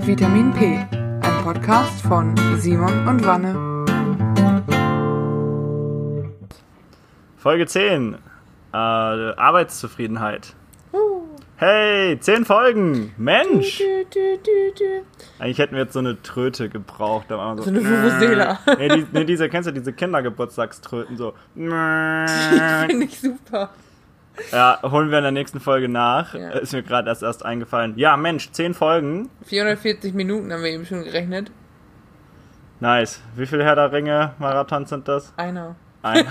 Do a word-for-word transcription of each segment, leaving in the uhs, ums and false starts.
Vitamin P, ein Podcast von Simon und Wanne. Folge zehn, äh, Arbeitszufriedenheit. Hey, zehn Folgen, Mensch! Du, du, du, du. Eigentlich hätten wir jetzt so eine Tröte gebraucht. Da war so, So eine Vuvuzela. Nee, die, nee, diese, kennst du diese Kindergeburtstagströten so? Die finde ich super. Ja, holen wir in der nächsten Folge nach. Ja. Ist mir gerade erst erst eingefallen. Ja, Mensch, zehn Folgen. vierhundertvierzig Minuten haben wir eben schon gerechnet. Nice. Wie viele Herr der Ringe Marathons sind das? Einer. Einer.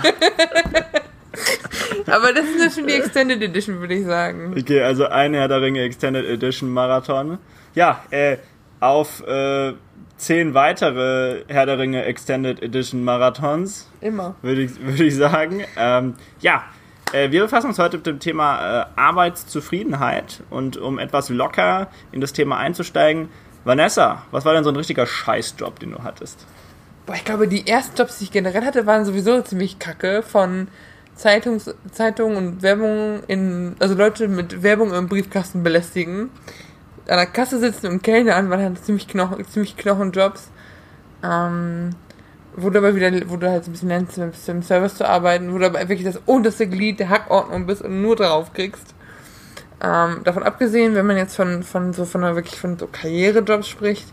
Aber das ist ja schon die Extended Edition, würde ich sagen. Okay, also ein Herr der Ringe Extended Edition Marathon. Ja, äh, auf äh, zehn weitere Herr der Ringe Extended Edition Marathons. Immer. Würde ich, würde ich sagen. Ähm, ja, äh, wir befassen uns heute mit dem Thema äh, Arbeitszufriedenheit. Und um etwas locker in das Thema einzusteigen, Vanessa, was war denn so ein richtiger Scheißjob, den du hattest? Boah, ich glaube, die ersten Jobs, die ich generell hatte, waren sowieso ziemlich kacke. Von Zeitungs Zeitungen und Werbung in, also Leute mit Werbung im Briefkasten belästigen. An der Kasse sitzen und Kellnern waren halt ziemlich Knochen, ziemlich Knochenjobs. Ähm, wo du aber wieder, wo du halt so ein bisschen lernst, im Service zu arbeiten, wo du aber wirklich das unterste Glied der Hackordnung bist und nur drauf kriegst. Ähm, davon abgesehen, wenn man jetzt von, von so, von einer, wirklich von so Karrierejobs spricht,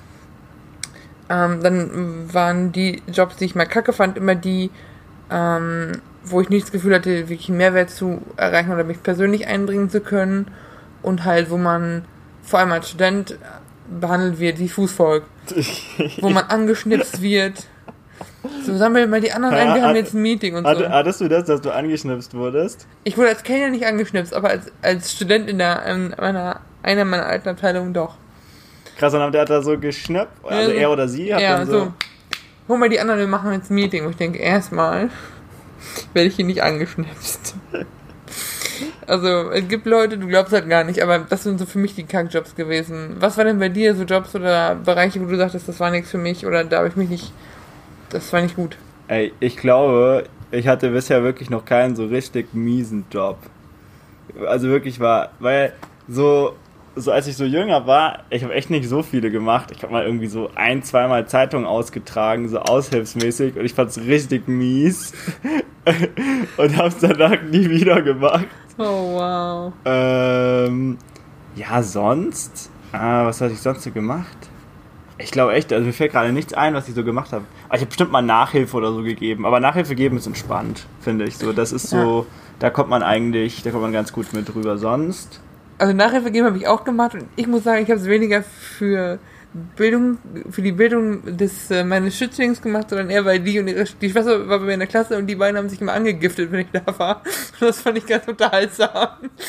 ähm, dann waren die Jobs, die ich mal kacke fand, immer die, ähm, wo ich nicht das Gefühl hatte, wirklich einen Mehrwert zu erreichen oder mich persönlich einbringen zu können und halt, wo man vor allem als Student behandelt wird wie Fußvolk, wo man angeschnipst wird. So, sammel mal die anderen ein, wir haben jetzt ein Meeting und so. Hattest du das, dass du angeschnipst wurdest? Ich wurde als Kellner nicht angeschnipst, aber als, als Student in der, in meiner, einer meiner alten Abteilungen doch. Krass, und der hat da so geschnappt, also Ja, er oder sie hat ja, dann so... so, hol mal die anderen, wir machen jetzt ein Meeting. Und ich denke, erstmal werde ich hier nicht angeschnipst. Also, es gibt Leute, du glaubst halt gar nicht, aber das sind so für mich die Kackjobs gewesen. Was war denn bei dir so Jobs oder Bereiche, wo du sagtest, das war nichts für mich oder da habe ich mich nicht, das war nicht gut? Ey, ich glaube, ich hatte bisher wirklich noch keinen so richtig miesen Job. Also wirklich war, weil so, so als ich so jünger war, ich habe echt nicht so viele gemacht. Ich habe mal irgendwie so ein, zweimal Zeitungen ausgetragen, so aushilfsmäßig und ich fand's richtig mies und hab's danach nie wieder gemacht. Oh, wow. Ähm, ja, sonst? Ah, was hatte ich sonst so gemacht? Ich glaube echt, also mir fällt gerade nichts ein, was ich so gemacht habe. Aber ich habe bestimmt mal Nachhilfe oder so gegeben. Aber Nachhilfe geben ist entspannt, finde ich so. Das ist so, ja. Da kommt man eigentlich, da kommt man ganz gut mit drüber. Sonst? Also Nachhilfe geben habe ich auch gemacht und ich muss sagen, ich habe es weniger für Bildung, für die Bildung des äh, meines Schützlings gemacht, sondern eher weil die und ihre die Schwester war bei mir in der Klasse und die beiden haben sich immer angegiftet, wenn ich da war. Und das fand ich ganz unterhaltsam.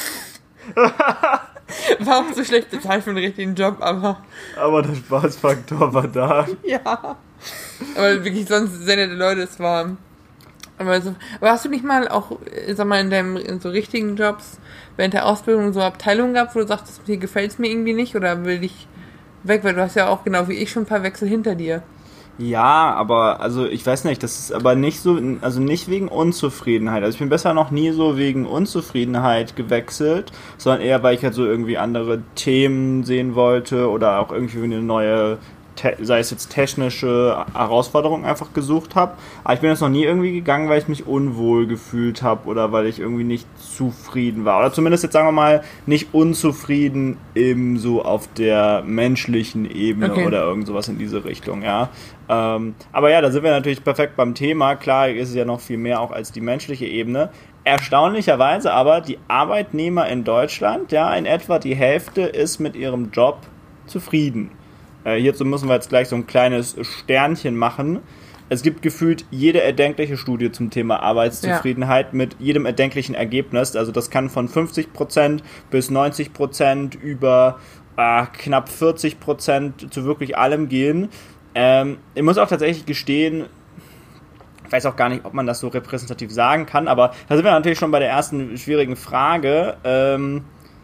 War auch so schlecht bezahlt für einen richtigen Job, aber... Aber der Spaßfaktor war da. Ja. Aber wirklich sonst sehr nette Leute, es war... Aber, so, aber hast du nicht mal auch, sag mal, in deinem in so richtigen Jobs während der Ausbildung so Abteilungen gehabt, wo du sagst, hier gefällt es mir irgendwie nicht oder will ich weg, weil du hast ja auch genau wie ich schon ein paar Wechsel hinter dir. Ja, aber also ich weiß nicht, das ist aber nicht so, also nicht wegen Unzufriedenheit. Also ich bin besser noch nie so wegen Unzufriedenheit gewechselt, sondern eher, weil ich halt so irgendwie andere Themen sehen wollte oder auch irgendwie eine neue, sei es jetzt technische Herausforderung einfach gesucht habe. Aber ich bin jetzt noch nie irgendwie gegangen, weil ich mich unwohl gefühlt habe oder weil ich irgendwie nicht zufrieden war. Oder zumindest jetzt sagen wir mal nicht unzufrieden im so auf der menschlichen Ebene okay. Oder irgend sowas in diese Richtung, ja. Ähm, aber ja, da sind wir natürlich perfekt beim Thema. Klar ist es ja noch viel mehr auch als die menschliche Ebene. Erstaunlicherweise aber die Arbeitnehmer in Deutschland, ja, in etwa die Hälfte ist mit ihrem Job zufrieden. Äh, hierzu müssen wir jetzt gleich so ein kleines Sternchen machen. Es gibt gefühlt jede erdenkliche Studie zum Thema Arbeitszufriedenheit ja. Mit jedem erdenklichen Ergebnis. Also das kann von fünfzig Prozent bis neunzig Prozent über äh, knapp vierzig Prozent zu wirklich allem gehen. Ähm, ich muss auch tatsächlich gestehen, ich weiß auch gar nicht, ob man das so repräsentativ sagen kann, aber da sind wir natürlich schon bei der ersten schwierigen Frage. Ähm,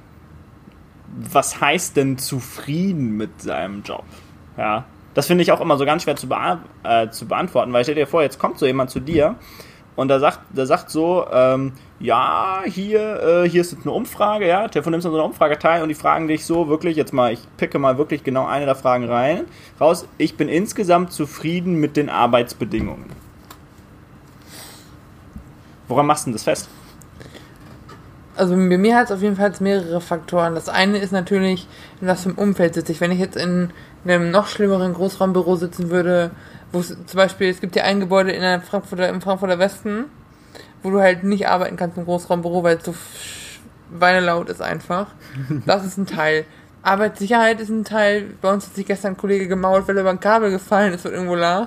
was heißt denn zufrieden mit seinem Job? Ja, das finde ich auch immer so ganz schwer zu, bea- äh, zu beantworten, weil stell dir vor, jetzt kommt so jemand zu dir und da sagt, da sagt so, ähm, ja, hier, äh, hier ist jetzt eine Umfrage, ja, Telefon nimmst an so einer Umfrage teil und die fragen dich so wirklich, jetzt mal, ich picke mal wirklich genau eine der Fragen rein, raus, ich bin insgesamt zufrieden mit den Arbeitsbedingungen. Woran machst du denn das fest? Also bei mir hat es auf jeden Fall mehrere Faktoren. Das eine ist natürlich, in was für einem Umfeld sitze ich. Wenn ich jetzt in einem noch schlimmeren Großraumbüro sitzen würde, wo es zum Beispiel, es gibt ja ein Gebäude in der Frankfurter, im Frankfurter Westen, wo du halt nicht arbeiten kannst im Großraumbüro, weil es so schweinelaut ist einfach. Das ist ein Teil. Arbeitssicherheit ist ein Teil. Bei uns hat sich gestern ein Kollege gemault, weil er über ein Kabel gefallen ist und irgendwo lag.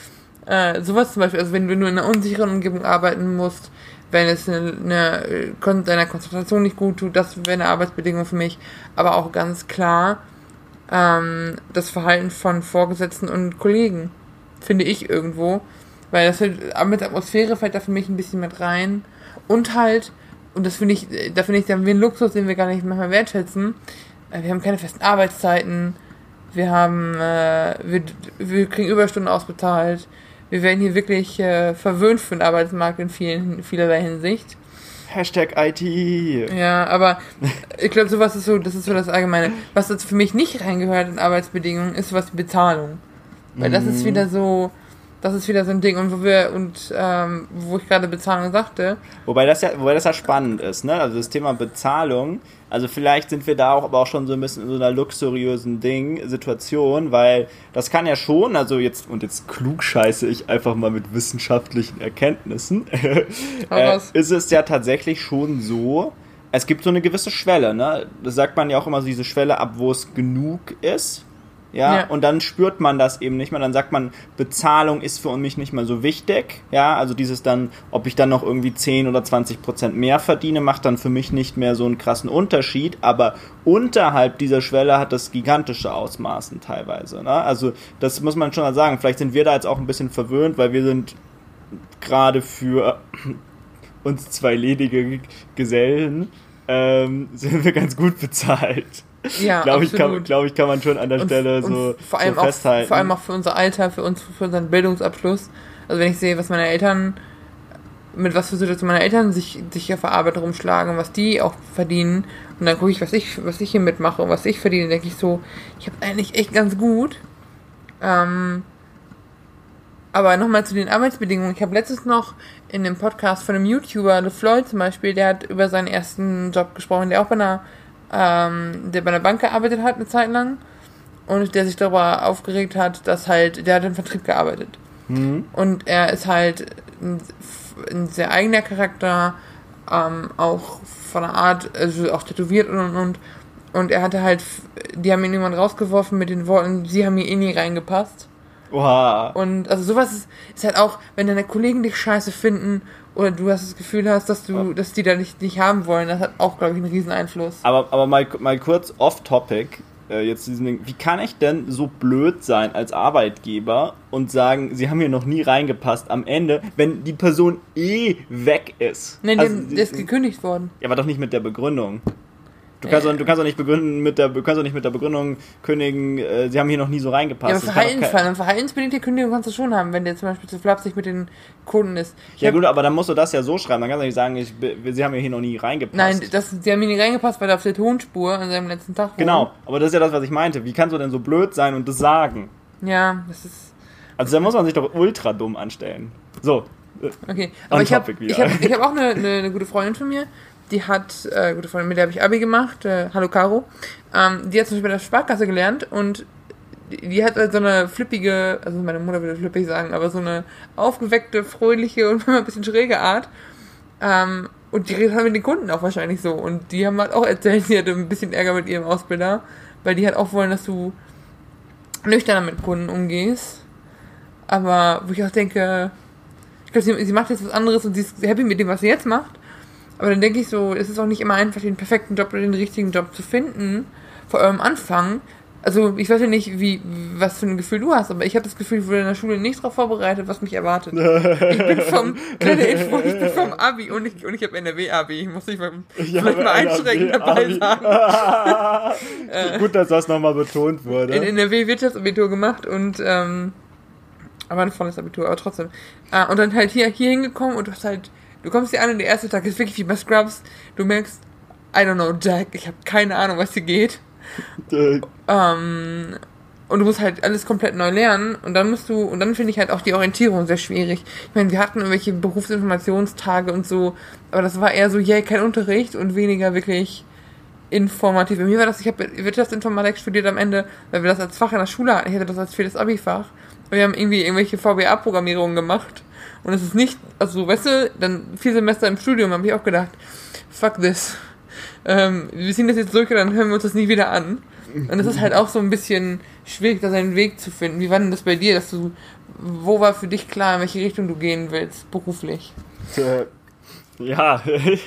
Äh, sowas zum Beispiel, also wenn du nur in einer unsicheren Umgebung arbeiten musst, wenn es eine, eine, deiner Konzentration nicht gut tut, das wäre eine Arbeitsbedingung für mich. Aber auch ganz klar ähm, das Verhalten von Vorgesetzten und Kollegen, finde ich irgendwo. Weil das mit Atmosphäre fällt da für mich ein bisschen mit rein. Und halt, und das finde ich, da finde ich, da haben wir einen Luxus, den wir gar nicht manchmal wertschätzen. Wir haben keine festen Arbeitszeiten. Wir haben, äh, wir, wir kriegen Überstunden ausbezahlt. Wir werden hier wirklich äh, verwöhnt für den Arbeitsmarkt in vielen, vielerlei Hinsicht. Hashtag I T. Ja, aber ich glaube, sowas ist so, das ist so das Allgemeine. Was jetzt für mich nicht reingehört in Arbeitsbedingungen, ist sowas wie Bezahlung. Weil das ist wieder so, das ist wieder so ein Ding, und wo wir, und ähm, wo ich gerade Bezahlung sagte. Wobei das ja, wobei das ja spannend ist, ne? Also das Thema Bezahlung, also vielleicht sind wir da auch aber auch schon so ein bisschen in so einer luxuriösen Ding, Situation, weil das kann ja schon, also jetzt, und jetzt klugscheiße ich einfach mal mit wissenschaftlichen Erkenntnissen, äh, ist es ja tatsächlich schon so, es gibt so eine gewisse Schwelle, ne? Das sagt man ja auch immer so, diese Schwelle, ab wo es genug ist. Ja, ja, und dann spürt man das eben nicht mehr, dann sagt man, Bezahlung ist für mich nicht mehr so wichtig, ja, also dieses dann, ob ich dann noch irgendwie zehn oder zwanzig Prozent mehr verdiene, macht dann für mich nicht mehr so einen krassen Unterschied, aber unterhalb dieser Schwelle hat das gigantische Ausmaßen teilweise, ne, also das muss man schon mal sagen, vielleicht sind wir da jetzt auch ein bisschen verwöhnt, weil wir sind gerade für uns zwei ledige Gesellen, ähm, sind wir ganz gut bezahlt. Ja, glaube ich, kann, glaub ich, kann man schon an der und, Stelle so, vor allem so festhalten. Auch, vor allem auch für unser Alter, für uns, für unseren Bildungsabschluss. Also wenn ich sehe, was meine Eltern, mit was für Situationen meine Eltern sich, sich auf der Arbeit rumschlagen, was die auch verdienen, und dann gucke ich, was ich, was ich hier mitmache und was ich verdiene, denke ich so, ich habe eigentlich echt ganz gut. Ähm, aber nochmal zu den Arbeitsbedingungen. Ich habe letztens noch in dem Podcast von einem YouTuber, The Floyd zum Beispiel, der hat über seinen ersten Job gesprochen, der auch bei einer Ähm, der bei einer Bank gearbeitet hat eine Zeit lang und der sich darüber aufgeregt hat, dass halt, der hat im Vertrieb gearbeitet. Mhm. Und er ist halt ein, ein sehr eigener Charakter, ähm, auch von der Art, also auch tätowiert und und und. Und er hatte halt, die haben ihn irgendwann rausgeworfen mit den Worten, sie haben hier eh nie reingepasst. Oha. Und also sowas ist, ist halt auch, wenn deine Kollegen dich scheiße finden oder du hast das Gefühl hast, dass du, dass die da nicht, nicht haben wollen, das hat auch, glaube ich, einen riesen Einfluss. Aber, aber mal, mal kurz off-topic, äh, jetzt diesen Ding. Wie kann ich denn so blöd sein als Arbeitgeber und sagen, sie haben hier noch nie reingepasst am Ende, wenn die Person eh weg ist? Nein, also, der, der ist gekündigt worden. Ja, aber doch nicht mit der Begründung. Du kannst, äh, doch, du kannst doch nicht begründen mit der, du kannst doch nicht mit der Begründung kündigen, äh, sie haben hier noch nie so reingepasst. Ja, aber Verhaltensfall, eine verhaltensbedingte Kündigung kannst du schon haben, wenn der zum Beispiel zu flapsig mit den Kunden ist. Ich ja gut, aber dann musst du das ja so schreiben, dann kannst du nicht sagen, ich, sie haben hier noch nie reingepasst. Nein, das, sie haben hier nie reingepasst, weil er auf der Tonspur an seinem letzten Tag war. Genau, aber das ist ja das, was ich meinte. Wie kannst du denn so blöd sein und das sagen? Ja, das ist... Also da muss man sich doch ultra dumm anstellen. So. Okay, aber ich habe ich hab, ich hab auch eine, eine, eine gute Freundin von mir, die hat, äh, gute Freundin, mit der habe ich Abi gemacht, äh, hallo Caro, ähm, die hat zum Beispiel bei der Sparkasse gelernt und die, die hat halt so eine flippige, also meine Mutter würde flippig sagen, aber so eine aufgeweckte, fröhliche und ein bisschen schräge Art, ähm, und die redet halt mit den Kunden auch wahrscheinlich so, und die haben halt auch erzählt, sie hatte ein bisschen Ärger mit ihrem Ausbilder, weil die halt auch wollen, dass du nüchterner mit Kunden umgehst, aber wo ich auch denke, ich glaube, sie, sie macht jetzt was anderes und sie ist happy mit dem, was sie jetzt macht. Aber dann denke ich so, es ist auch nicht immer einfach, den perfekten Job oder den richtigen Job zu finden, vor eurem Anfang. Also, ich weiß ja nicht, wie, was für ein Gefühl du hast, aber ich habe das Gefühl, ich wurde in der Schule nicht darauf vorbereitet, was mich erwartet. Ich bin vom, kleine Info, ich bin vom Abi und ich, und ich habe N R W-Abi. Ich muss nicht mal, vielleicht mal einschränkend dabei sagen. Gut, dass das nochmal betont wurde. In N R W Wirtschaftsabitur gemacht und, ähm, Aber ein volles Abitur, aber trotzdem. Ah, und dann halt hier, hier hingekommen und du hast halt, du kommst hier an und der erste Tag ist wirklich wie bei Scrubs. Du merkst, I don't know, Jack, ich habe keine Ahnung, was hier geht. ähm, und du musst halt alles komplett neu lernen und dann musst du, und dann finde ich halt auch die Orientierung sehr schwierig. Ich meine, wir hatten irgendwelche Berufsinformationstage und so, aber das war eher so, yay, kein Unterricht und weniger wirklich informativ. Bei mir war das, ich habe Wirtschaftsinformatik studiert am Ende, weil wir das als Fach in der Schule hatten. Ich hatte das als viertes Abi-Fach. Und wir haben irgendwie irgendwelche V B A-Programmierungen gemacht. Und es ist nicht, also weißt du, dann vier Semester im Studium habe ich auch gedacht, fuck this. Ähm, wir ziehen das jetzt durch und dann hören wir uns das nie wieder an. Und es ist halt auch so ein bisschen schwierig, da seinen Weg zu finden. Wie war denn das bei dir, dass du, wo war für dich klar, in welche Richtung du gehen willst, beruflich? Ja,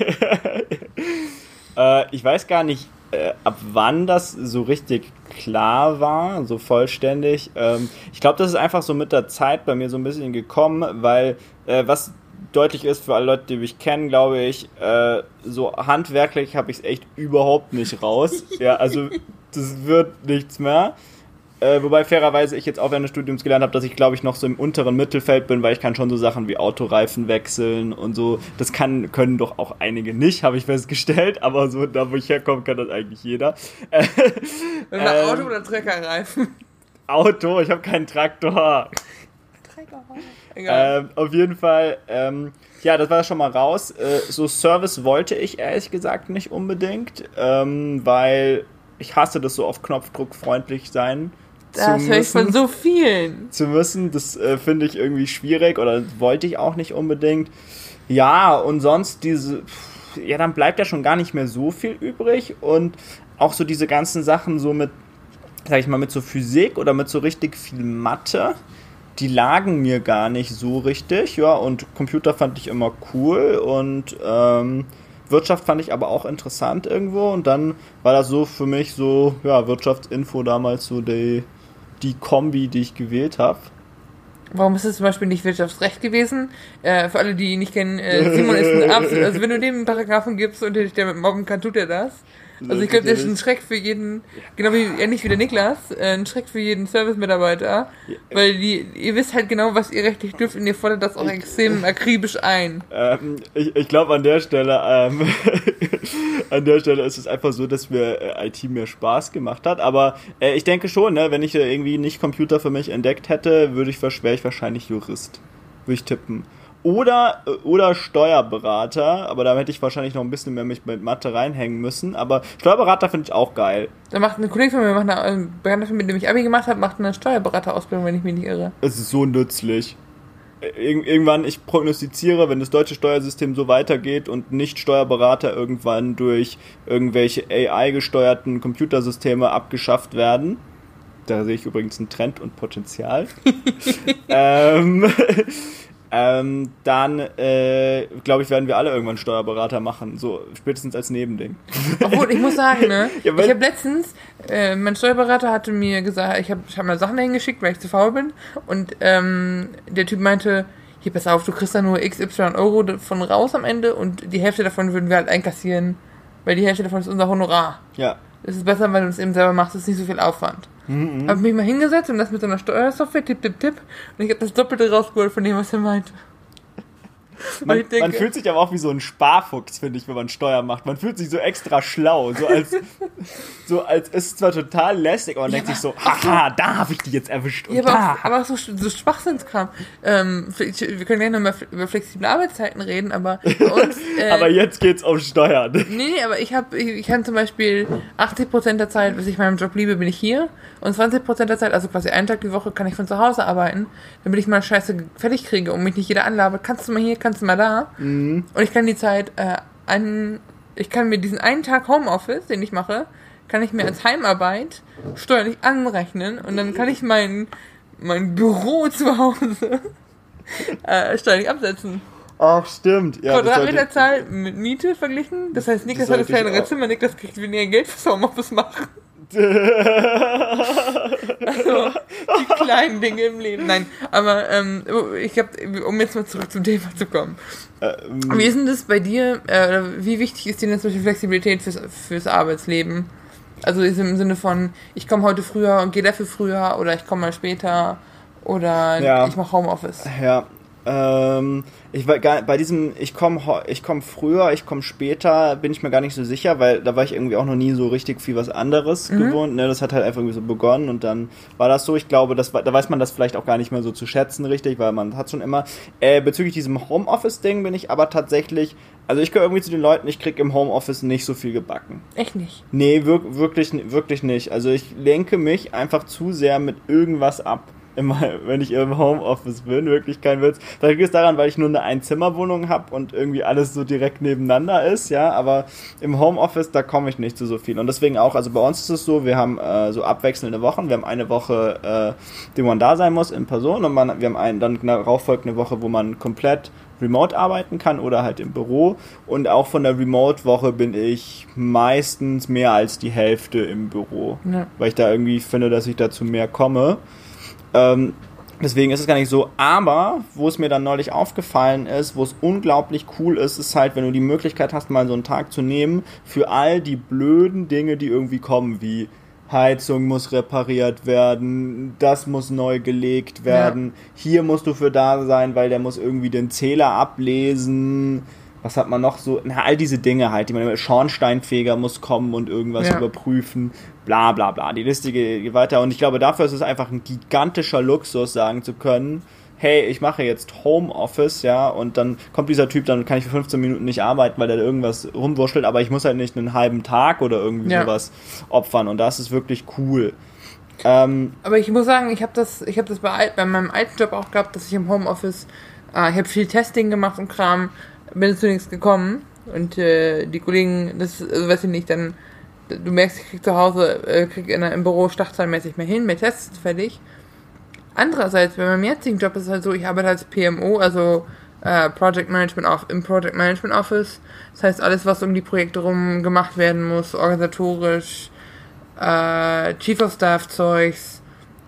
äh, ich weiß gar nicht, äh, ab wann das so richtig klar war, so vollständig. Ähm, ich glaube, das ist einfach so mit der Zeit bei mir so ein bisschen gekommen, weil äh, was deutlich ist für alle Leute, die mich kennen, glaube ich, äh, so handwerklich habe ich es echt überhaupt nicht raus. Ja, also das wird nichts mehr. Äh, wobei fairerweise ich jetzt auch während des Studiums gelernt habe, dass ich, glaube ich, noch so im unteren Mittelfeld bin, weil ich kann schon so Sachen wie Autoreifen wechseln und so. Das kann, können doch auch einige nicht, habe ich festgestellt, aber so da, wo ich herkomme, kann das eigentlich jeder. Äh, ähm, Auto oder Treckerreifen? Auto, ich habe keinen Traktor. Trecker, egal. Ähm, auf jeden Fall, ähm, ja, das war schon mal raus. Äh, so Service wollte ich ehrlich gesagt nicht unbedingt, ähm, weil ich hasse das so auf Knopfdruck freundlich sein. Das höre ich von so vielen. Zu müssen, das äh, finde ich irgendwie schwierig oder wollte ich auch nicht unbedingt. Ja, und sonst diese, ja, dann bleibt ja schon gar nicht mehr so viel übrig und auch so diese ganzen Sachen so mit, sag ich mal, mit so Physik oder mit so richtig viel Mathe, die lagen mir gar nicht so richtig, ja, und Computer fand ich immer cool und ähm, Wirtschaft fand ich aber auch interessant irgendwo und dann war das so für mich so, ja, Wirtschaftsinfo damals so die, die Kombi, die ich gewählt habe. Warum ist es zum Beispiel nicht Wirtschaftsrecht gewesen? Äh, für alle, die ihn nicht kennen, äh, Simon ist ein Arzt, also wenn du dem einen Paragraphen gibst und der dich damit mobben kann, tut er das. Also ich glaube, der ist ein Schreck für jeden, genau wie ähnlich wie der Niklas, äh, ein Schreck für jeden Service-Mitarbeiter, weil die, ihr wisst halt genau, was ihr rechtlich dürft und ihr fordert das auch extrem akribisch ein. Ähm, ich ich glaube an der Stelle, ähm, an der Stelle ist es einfach so, dass mir äh, I T mehr Spaß gemacht hat, aber äh, ich denke schon, ne, wenn ich äh, irgendwie nicht Computer für mich entdeckt hätte, würde ich, wäre ich wahrscheinlich Jurist, würde ich tippen. Oder, oder Steuerberater, aber da hätte ich wahrscheinlich noch ein bisschen mehr mich mit Mathe reinhängen müssen, aber Steuerberater finde ich auch geil. Da macht eine Kollegin von mir, macht eine, ein Bekannter von mir, mit dem ich Abi gemacht habe, macht eine Steuerberaterausbildung, wenn ich mich nicht irre. Es ist so nützlich. Ir- irgendwann, ich prognostiziere, wenn das deutsche Steuersystem so weitergeht und nicht Steuerberater irgendwann durch irgendwelche A I-gesteuerten Computersysteme abgeschafft werden, da sehe ich übrigens einen Trend und Potenzial, ähm... Ähm, dann, äh, glaube ich, werden wir alle irgendwann Steuerberater machen, so spätestens als Nebending. Obwohl, ich muss sagen, ne, Ja, ich habe letztens, äh, mein Steuerberater hatte mir gesagt, ich habe ich hab mal Sachen dahin geschickt, weil ich zu faul bin und ähm, der Typ meinte, hier, pass auf, du kriegst da nur x y Euro davon raus am Ende und die Hälfte davon würden wir halt einkassieren, weil die Hälfte davon ist unser Honorar. Ja. Es ist besser, wenn du es eben selber machst, es ist nicht so viel Aufwand. Mhm. Habe mich mal hingesetzt und das mit so einer Steuersoftware, tipp, tipp, tipp, und ich habe das Doppelte rausgeholt von dem, was er meinte. Man, ich denke, man fühlt sich aber auch wie so ein Sparfuchs, finde ich, wenn man Steuer macht. Man fühlt sich so extra schlau, so als, so als ist zwar total lästig, aber man ja, denkt sich so, haha, da habe ich die jetzt erwischt. Und ja, aber da. auch, aber auch so, so Schwachsinnskram. Ähm, wir können gerne mal über flexible Arbeitszeiten reden, aber bei uns... Äh, aber jetzt geht's um Steuern. Nee, nee, aber ich habe, ich, ich kann zum Beispiel achtzig Prozent der Zeit, bis ich meinem Job liebe, bin ich hier und zwanzig Prozent der Zeit, also quasi einen Tag die Woche, kann ich von zu Hause arbeiten, damit ich mal Scheiße fertig kriege und mich nicht jeder anlabert. Kannst du mal hier, kannst du mal da? Mhm. Und ich kann die Zeit, äh, einen, ich kann mir diesen einen Tag Homeoffice, den ich mache, kann ich mir als Heimarbeit steuerlich anrechnen und dann kann ich mein, mein Büro zu Hause äh, steuerlich absetzen. Ach, stimmt. Ja, Quadratmeterzahl mit Miete verglichen. Das heißt, Niklas hat das kleinere Zimmer, Niklas kriegt weniger Geld fürs Homeoffice machen. Also, die kleinen Dinge im Leben. Nein, aber ähm, ich habe, um jetzt mal zurück zum Thema zu kommen. Ähm, wie ist denn das bei dir, äh, wie wichtig ist dir denn zum Beispiel Flexibilität fürs, fürs Arbeitsleben? Also ist im Sinne von, ich komme heute früher und gehe dafür früher oder ich komme mal später oder ja. ich mache Homeoffice? Ja, ähm, ich war gar, bei diesem, ich komme ich komm früher, ich komme später, bin ich mir gar nicht so sicher, weil da war ich irgendwie auch noch nie so richtig viel was anderes mhm. gewohnt. Ne? Das hat halt einfach irgendwie so begonnen und dann war das so. Ich glaube, das war, da weiß man das vielleicht auch gar nicht mehr so zu schätzen, richtig, weil man hat schon immer. Äh, bezüglich diesem Homeoffice-Ding bin ich aber tatsächlich, also ich gehöre irgendwie zu den Leuten, ich krieg im Homeoffice nicht so viel gebacken. Echt nicht? Nee, wir, wirklich, wirklich nicht. Also ich lenke mich einfach zu sehr mit irgendwas ab. Immer, wenn ich im Homeoffice bin, wirklich kein Witz. Vielleicht liegt es daran, weil ich nur eine Einzimmerwohnung habe und irgendwie alles so direkt nebeneinander ist, ja, aber im Homeoffice, da komme ich nicht zu so viel. Und deswegen auch, also bei uns ist es so, wir haben äh, so abwechselnde Wochen. Wir haben eine Woche, äh, die man da sein muss in Person und man, wir haben einen, dann darauf folgt eine Woche, wo man komplett remote arbeiten kann oder halt im Büro. Und auch von der Remote-Woche bin ich meistens mehr als die Hälfte im Büro, ja. Weil ich da irgendwie finde, dass ich dazu mehr komme. Ähm, deswegen ist es gar nicht so, aber wo es mir dann neulich aufgefallen ist, wo es unglaublich cool ist, ist halt, wenn du die Möglichkeit hast, mal so einen Tag zu nehmen für all die blöden Dinge, die irgendwie kommen, wie Heizung muss repariert werden, das muss neu gelegt werden, ja. Hier musst du für da sein, weil der muss irgendwie den Zähler ablesen. Was hat man noch so? Na, all diese Dinge halt, die man, Schornsteinfeger muss kommen und irgendwas ja. überprüfen, bla bla bla. Die Liste geht weiter und ich glaube, dafür ist es einfach ein gigantischer Luxus, sagen zu können, hey, ich mache jetzt Homeoffice, ja, und dann kommt dieser Typ, dann kann ich für fünfzehn Minuten nicht arbeiten, weil der da irgendwas rumwurschtelt, aber ich muss halt nicht einen halben Tag oder irgendwie ja. sowas opfern und das ist wirklich cool. Ähm, aber ich muss sagen, ich habe das, ich habe das bei, bei meinem alten Job auch gehabt, dass ich im Homeoffice, äh, ich habe viel Testing gemacht und Kram, bin zu nichts gekommen und äh, die Kollegen, das also weiß ich nicht, dann du merkst, ich krieg zu Hause, äh, krieg in, im Büro stachzahlmäßig mehr hin, mehr Tests fertig. Andererseits, bei meinem jetzigen Job ist es halt so, ich arbeite als P M O, also äh, Project Management auf, im Project Management Office. Das heißt, alles, was um die Projekte rum gemacht werden muss, organisatorisch, äh, Chief of Staff Zeugs,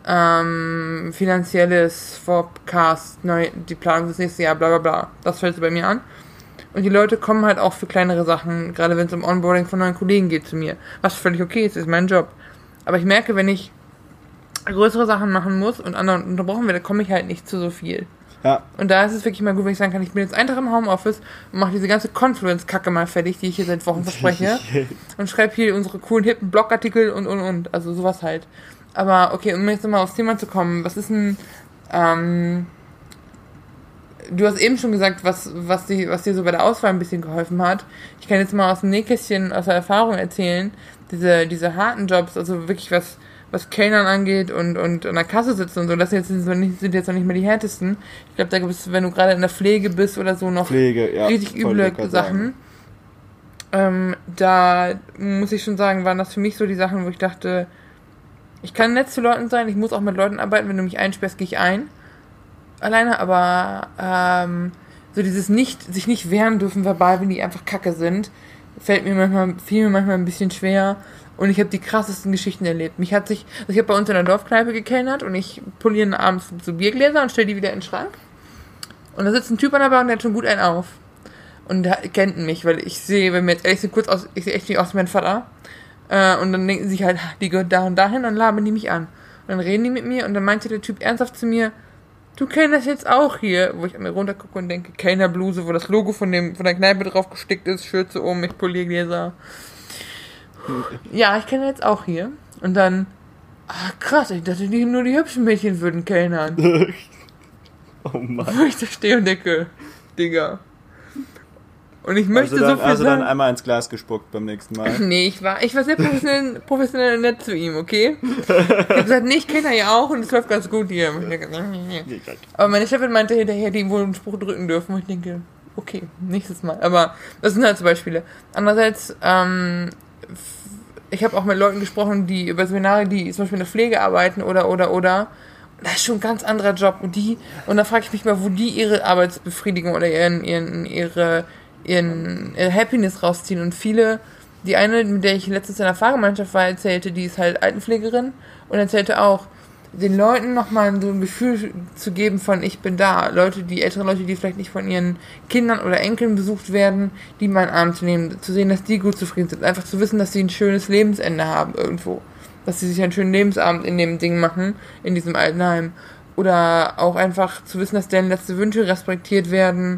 ähm, finanzielles Forecast, neu, die Planung fürs nächste Jahr, bla bla bla. Das fällt so bei mir an. Und die Leute kommen halt auch für kleinere Sachen, gerade wenn es um Onboarding von neuen Kollegen geht, zu mir. Was völlig okay ist, ist mein Job. Aber ich merke, wenn ich größere Sachen machen muss und anderen unterbrochen werde, komme ich halt nicht zu so viel. Ja. Und da ist es wirklich mal gut, wenn ich sagen kann, ich bin jetzt einen Tag im Homeoffice und mache diese ganze Confluence-Kacke mal fertig, die ich hier seit Wochen verspreche. Und schreibe hier unsere coolen, hippen Blogartikel und, und, und. Also sowas halt. Aber okay, um jetzt nochmal aufs Thema zu kommen, was ist ein, ähm, du hast eben schon gesagt, was, was, die, was dir so bei der Auswahl ein bisschen geholfen hat. Ich kann jetzt mal aus dem Nähkästchen, aus der Erfahrung erzählen, diese, diese harten Jobs, also wirklich was, was Kellnern angeht und, und an der Kasse sitzen und so, das jetzt sind, so nicht, sind jetzt noch nicht mehr die härtesten. Ich glaube, da gibt es, wenn du gerade in der Pflege bist oder so, noch Pflege, ja, richtig üble Sachen. Ähm, da muss ich schon sagen, waren das für mich so die Sachen, wo ich dachte, ich kann nett zu Leuten sein, ich muss auch mit Leuten arbeiten, wenn du mich einsperrst, gehe ich ein. Alleine, aber ähm, so dieses nicht, sich nicht wehren dürfen verbal, wenn die einfach kacke sind, fällt mir manchmal, fiel mir manchmal ein bisschen schwer. Und ich habe die krassesten Geschichten erlebt. Mich hat sich, also ich habe bei uns in der Dorfkneipe gekellnert und ich poliere abends so Biergläser und stelle die wieder in den Schrank. Und da sitzt ein Typ an der Bar und der hat schon gut einen auf. Und der kennt mich, weil ich sehe, wenn mir jetzt ehrlich so kurz aus, ich sehe echt nicht aus wie mein Vater. Äh, und dann denken sie sich halt, die gehört da und dahin, dann labern die mich an. Und dann reden die mit mir und dann meinte der Typ ernsthaft zu mir, du kellnerst jetzt auch hier, wo ich an mir runtergucke und denke, Kellnerbluse, wo das Logo von dem von der Kneipe drauf gestickt ist, Schürze um, ich poliere Gläser. Ja, ich kenne jetzt auch hier. Und dann, ach krass, ich dachte, die, nur die hübschen Mädchen würden kellnern. Oh Mann. Wo ich da stehe und denke, Digga. Und ich möchte also dann, so viel also sagen. dann einmal ins Glas gespuckt beim nächsten Mal. Nee, ich war, ich war sehr professionell, professionell und nett zu ihm, okay? Ich hab gesagt, nee, ich kenne er ja auch und es läuft ganz gut hier. Aber meine Chefin meinte hinterher, die wohl einen Spruch drücken dürfen. Und ich denke, okay, nächstes Mal. Aber das sind halt so Beispiele. Andererseits, ähm, ich habe auch mit Leuten gesprochen, die über Seminare, die zum Beispiel in der Pflege arbeiten oder, oder, oder. Das ist schon ein ganz anderer Job. Und die, und da frage ich mich mal, wo die ihre Arbeitsbefriedigung oder ihren, ihren, ihre, ihren, ihre Happiness rausziehen. Und viele, die eine, mit der ich letztens in der Fahrgemeinschaft war, erzählte, die ist halt Altenpflegerin und erzählte auch, den Leuten nochmal so ein Gefühl zu geben von, ich bin da. Leute, die ältere Leute, die vielleicht nicht von ihren Kindern oder Enkeln besucht werden, die mal in den Arm zu nehmen, zu sehen, dass die gut zufrieden sind. Einfach zu wissen, dass sie ein schönes Lebensende haben irgendwo. Dass sie sich einen schönen Lebensabend in dem Ding machen, in diesem Altenheim. oder auch einfach zu wissen, dass deren letzte Wünsche respektiert werden,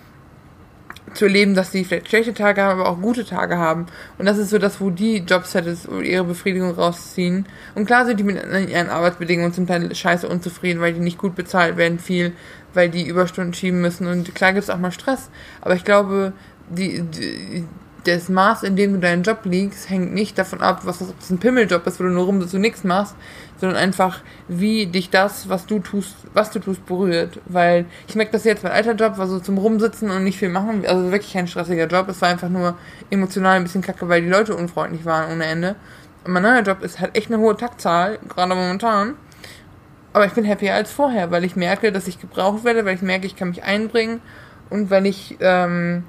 zu erleben, dass sie vielleicht schlechte Tage haben, aber auch gute Tage haben. Und das ist so das, wo die Jobsetters ihre Befriedigung rausziehen. Und klar sind die mit ihren Arbeitsbedingungen zum Teil scheiße unzufrieden, weil die nicht gut bezahlt werden, viel, weil die Überstunden schieben müssen. Und klar gibt es auch mal Stress. Aber ich glaube, die, die das Maß, in dem du deinen Job liegst, hängt nicht davon ab, was das, ob das ein Pimmeljob ist, wo du nur rumsitzt und nichts machst, sondern einfach, wie dich das, was du tust, was du tust, berührt. Weil ich merke das jetzt, mein alter Job war so zum Rumsitzen und nicht viel machen, also wirklich kein stressiger Job, es war einfach nur emotional ein bisschen kacke, weil die Leute unfreundlich waren ohne Ende. Und mein neuer Job ist halt echt eine hohe Taktzahl, gerade momentan. Aber ich bin happier als vorher, weil ich merke, dass ich gebraucht werde, weil ich merke, ich kann mich einbringen und weil ich, ähm,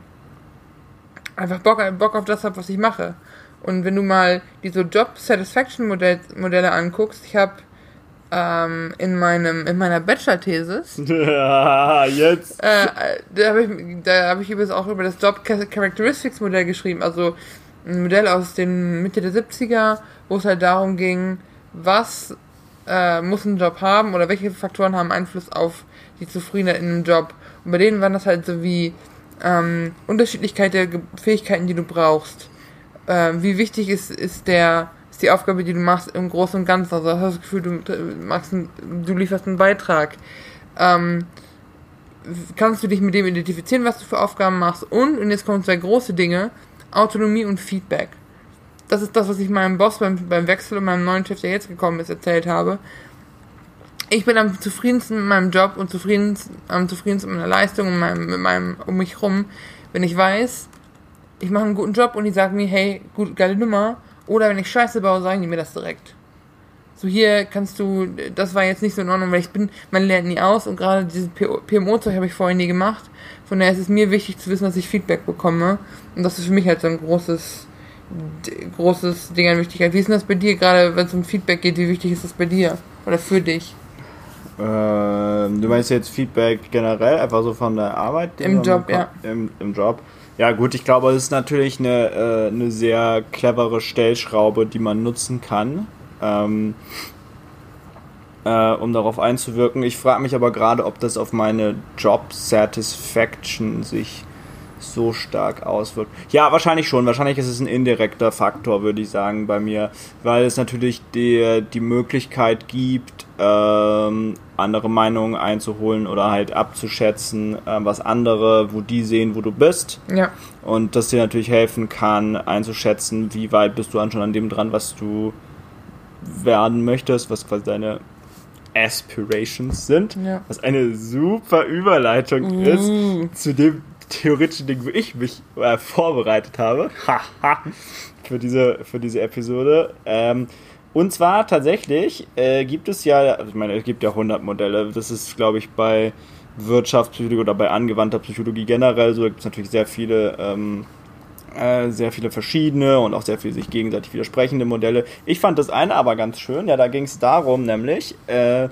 einfach Bock, Bock auf das habe, was ich mache. Und wenn du mal diese Job-Satisfaction-Modelle anguckst, ich habe ähm, in meinem in meiner Bachelor-Thesis ja, jetzt äh, da habe ich, da hab ich übrigens auch über das Job-Characteristics-Modell geschrieben, also ein Modell aus den Mitte der siebziger, wo es halt darum ging, was äh, muss ein Job haben oder welche Faktoren haben Einfluss auf die Zufriedenheit in einem Job. Und bei denen waren das halt so wie Ähm, Unterschiedlichkeit der Ge- Fähigkeiten, die du brauchst. Ähm, wie wichtig ist, ist der, ist die Aufgabe, die du machst im Großen und Ganzen. Also hast du das Gefühl, du machst ein, du lieferst einen Beitrag. Ähm, kannst du dich mit dem identifizieren, was du für Aufgaben machst? Und, und jetzt kommen zwei große Dinge, Autonomie und Feedback. Das ist das, was ich meinem Boss beim, beim Wechsel und meinem neuen Chef, der jetzt gekommen ist, erzählt habe. Ich bin am zufriedensten mit meinem Job und zufrieden, am zufriedensten mit meiner Leistung und meinem, mit meinem um mich rum, wenn ich weiß, ich mache einen guten Job und die sagen mir, hey, gut, geile Nummer. Oder wenn ich Scheiße baue, sagen die mir das direkt. So, hier kannst du, das war jetzt nicht so in Ordnung, weil ich bin, man lernt nie aus und gerade dieses P M O-Zeug habe ich vorher nie gemacht. Von daher ist es mir wichtig zu wissen, dass ich Feedback bekomme. Und das ist für mich halt so ein großes, großes Ding an Wichtigkeit. Wie ist denn das bei dir, gerade wenn es um Feedback geht, wie wichtig ist das bei dir? Oder für dich? Ähm, du meinst jetzt Feedback generell, einfach so von der Arbeit? Im Job, ja. Im, Im Job. Ja gut, ich glaube, es ist natürlich eine, äh, eine sehr clevere Stellschraube, die man nutzen kann, ähm, äh, um darauf einzuwirken. Ich frage mich aber gerade, ob das auf meine Job Satisfaction sich so stark auswirkt. Ja, wahrscheinlich schon. Wahrscheinlich ist es ein indirekter Faktor, würde ich sagen, bei mir, weil es natürlich die, die Möglichkeit gibt, ähm, andere Meinungen einzuholen oder halt abzuschätzen, äh, was andere, wo die sehen, wo du bist. Ja. Und das dir natürlich helfen kann, einzuschätzen, wie weit bist du an schon an dem dran, was du werden möchtest, was quasi deine Aspirations sind. Ja. Was eine super Überleitung uh. ist zu dem theoretischen Ding, wo ich mich äh, vorbereitet habe für diese, für diese Episode. Ähm, und zwar tatsächlich äh, gibt es ja, also ich meine, es gibt ja hundert Modelle. Das ist, glaube ich, bei Wirtschaftspsychologie oder bei angewandter Psychologie generell so. Da gibt es natürlich sehr viele, ähm, äh, sehr viele verschiedene und auch sehr viele sich gegenseitig widersprechende Modelle. Ich fand das eine aber ganz schön. Ja, da ging es darum, nämlich äh,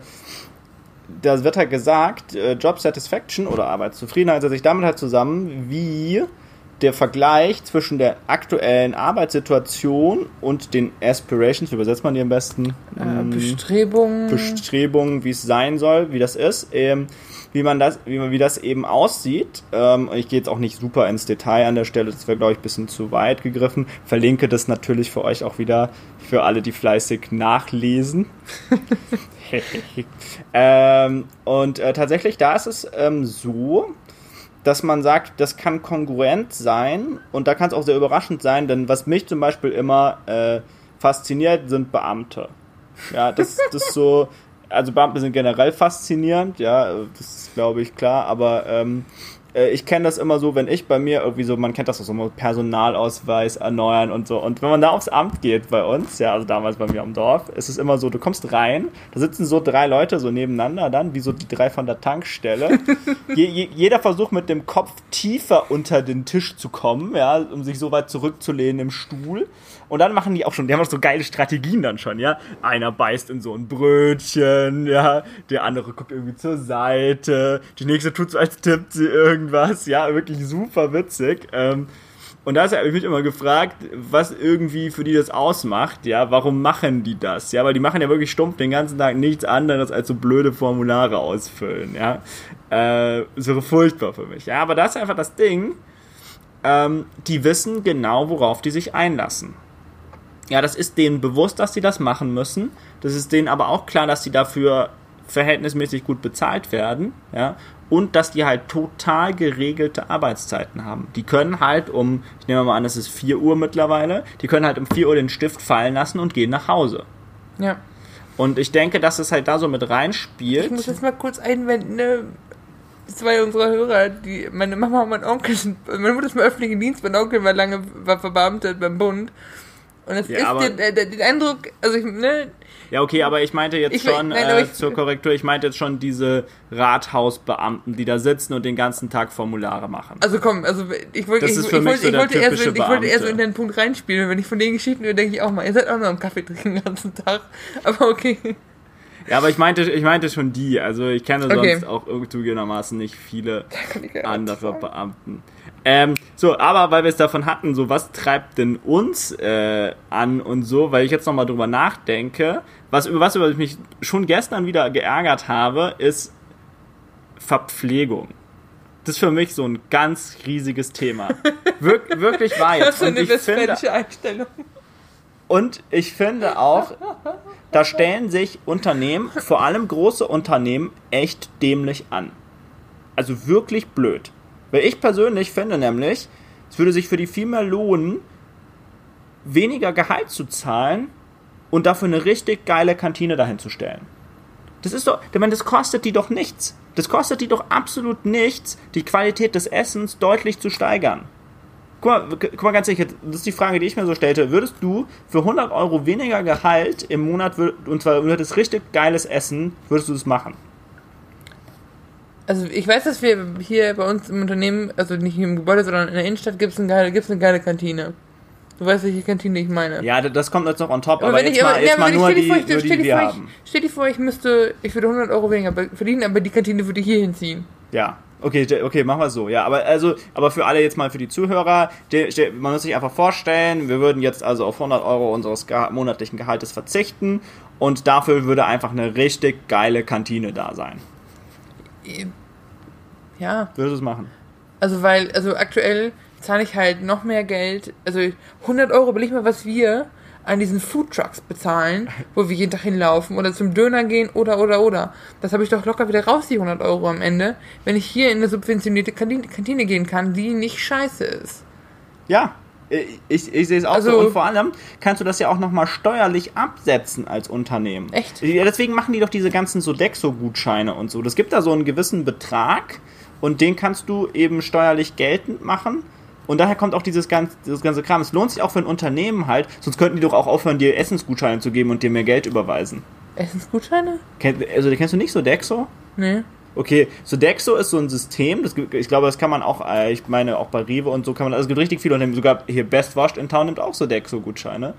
da wird halt gesagt, äh, Job Satisfaction oder Arbeitszufriedenheit setzt sich damit halt zusammen, wie der Vergleich zwischen der aktuellen Arbeitssituation und den Aspirations, wie übersetzt man die am besten? Äh, Bestrebungen. Bestrebungen, wie es sein soll, wie das ist, ähm, wie man das, wie man, wie das eben aussieht. Ähm, ich gehe jetzt auch nicht super ins Detail an der Stelle, das wäre, glaube ich, ein bisschen zu weit gegriffen. Verlinke das natürlich für euch auch wieder, für alle, die fleißig nachlesen. ähm, und äh, tatsächlich, da ist es ähm, so, dass man sagt, das kann kongruent sein und da kann es auch sehr überraschend sein, denn was mich zum Beispiel immer äh, fasziniert, sind Beamte. Ja, das, das ist so, also Beamte sind generell faszinierend, ja, das ist, glaube ich, klar, aber ähm, ich kenne das immer so, wenn ich bei mir irgendwie so, man kennt das auch so, Personalausweis erneuern und so. Und wenn man da aufs Amt geht bei uns, ja, also damals bei mir am Dorf, ist es immer so, du kommst rein, da sitzen so drei Leute so nebeneinander dann, wie so die drei von der Tankstelle. Je, je, jeder versucht mit dem Kopf tiefer unter den Tisch zu kommen, ja, um sich so weit zurückzulehnen im Stuhl. Und dann machen die auch schon, die haben auch so geile Strategien dann schon, ja. Einer beißt in so ein Brötchen, ja, der andere guckt irgendwie zur Seite, die nächste tut so, als tippt sie irgendwas, ja, wirklich super witzig. Ähm, Und da habe ich mich immer gefragt, was irgendwie für die das ausmacht, ja, warum machen die das, ja, weil die machen ja wirklich stumpf den ganzen Tag nichts anderes als so blöde Formulare ausfüllen, ja, äh, so furchtbar für mich, ja, aber das ist einfach das Ding, ähm, die wissen genau, worauf die sich einlassen. Ja, das ist denen bewusst, dass sie das machen müssen, das ist denen aber auch klar, dass sie dafür verhältnismäßig gut bezahlt werden, ja, und dass die halt total geregelte Arbeitszeiten haben. Die können halt um, ich nehme mal an, es ist vier Uhr mittlerweile, die können halt um vier Uhr den Stift fallen lassen und gehen nach Hause. Ja. Und ich denke, dass es halt da so mit reinspielt. Ich muss jetzt mal kurz einwenden, ne? Zwei unserer Hörer, die, meine Mama und mein Onkel sind, meine Mutter ist im öffentlichen Dienst, mein Onkel war lange, war verbeamtet beim Bund. Und es ja, ist den, den, den Eindruck, also ich, ne? Ja, okay, aber ich meinte jetzt ich, schon, nein, äh, ich, zur Korrektur, ich meinte jetzt schon diese Rathausbeamten, die da sitzen und den ganzen Tag Formulare machen. Also komm, also ich wollte ich, ich, wollte, ich, wollte eher so, ich wollte eher so in den Punkt reinspielen, wenn ich von den Geschichten höre, denke ich auch mal, ihr seid auch nur am Kaffee trinken den ganzen Tag, aber okay. Ja, aber ich meinte, ich meinte schon die, also ich kenne okay. sonst auch zugegebenermaßen nicht viele andere Beamten. Ähm, so, aber weil wir es davon hatten, so was treibt denn uns äh, an und so, weil ich jetzt nochmal drüber nachdenke, was über was über ich mich schon gestern wieder geärgert habe, ist Verpflegung. Das ist für mich so ein ganz riesiges Thema. Wir, wirklich wahr jetzt. Das ist eine westfälische Einstellung. Und ich finde auch, da stellen sich Unternehmen, vor allem große Unternehmen, echt dämlich an. Also wirklich blöd. Weil ich persönlich finde nämlich, es würde sich für die viel mehr lohnen, weniger Gehalt zu zahlen und dafür eine richtig geile Kantine dahin zu stellen. Das ist doch, ich meine, das kostet die doch nichts. Das kostet die doch absolut nichts, die Qualität des Essens deutlich zu steigern. Guck mal, guck mal ganz sicher, das ist die Frage, die ich mir so stellte. Würdest du für hundert Euro weniger Gehalt im Monat, und zwar du hättest richtig geiles Essen, würdest du das machen? Also ich weiß, dass wir hier bei uns im Unternehmen, also nicht im Gebäude, sondern in der Innenstadt gibt es eine geile, gibt's eine geile Kantine. Du weißt, welche Kantine ich meine. Ja, das kommt jetzt noch on top, aber, aber jetzt ich, mal, aber, jetzt ja, mal nur die, vor, nur die, die wir vor, haben. Ich, stell dir vor, ich müsste, ich würde hundert Euro weniger verdienen, aber die Kantine würde hier hinziehen. Ja, okay, okay, machen wir es so. Ja, aber also, aber für alle jetzt mal für die Zuhörer, man muss sich einfach vorstellen, wir würden jetzt also auf hundert Euro unseres monatlichen Gehaltes verzichten und dafür würde einfach eine richtig geile Kantine da sein. Ja. Würdest du es machen? Also weil, also aktuell zahle ich halt noch mehr Geld, also hundert Euro, überleg mal, was wir an diesen Foodtrucks bezahlen, wo wir jeden Tag hinlaufen oder zum Döner gehen oder, oder, oder. Das habe ich doch locker wieder raus, die hundert Euro am Ende, wenn ich hier in eine subventionierte Kantine, Kantine gehen kann, die nicht scheiße ist. Ja, ich, ich sehe es auch also, so. Und vor allem kannst du das ja auch nochmal steuerlich absetzen als Unternehmen. Echt? Ja, deswegen machen die doch diese ganzen Sodexo-Gutscheine und so. Das gibt da so einen gewissen Betrag und den kannst du eben steuerlich geltend machen. Und daher kommt auch dieses ganze, dieses ganze Kram. Es lohnt sich auch für ein Unternehmen halt, sonst könnten die doch auch aufhören, dir Essensgutscheine zu geben und dir mehr Geld überweisen. Essensgutscheine? Also, kennst du nicht Sodexo? Nee. Okay, Sodexo ist so ein System, das, ich glaube, das kann man auch, ich meine auch bei Rewe und so kann man, also es gibt richtig viele Unternehmen, sogar hier Best Washed in Town nimmt auch Sodexo-Gutscheine.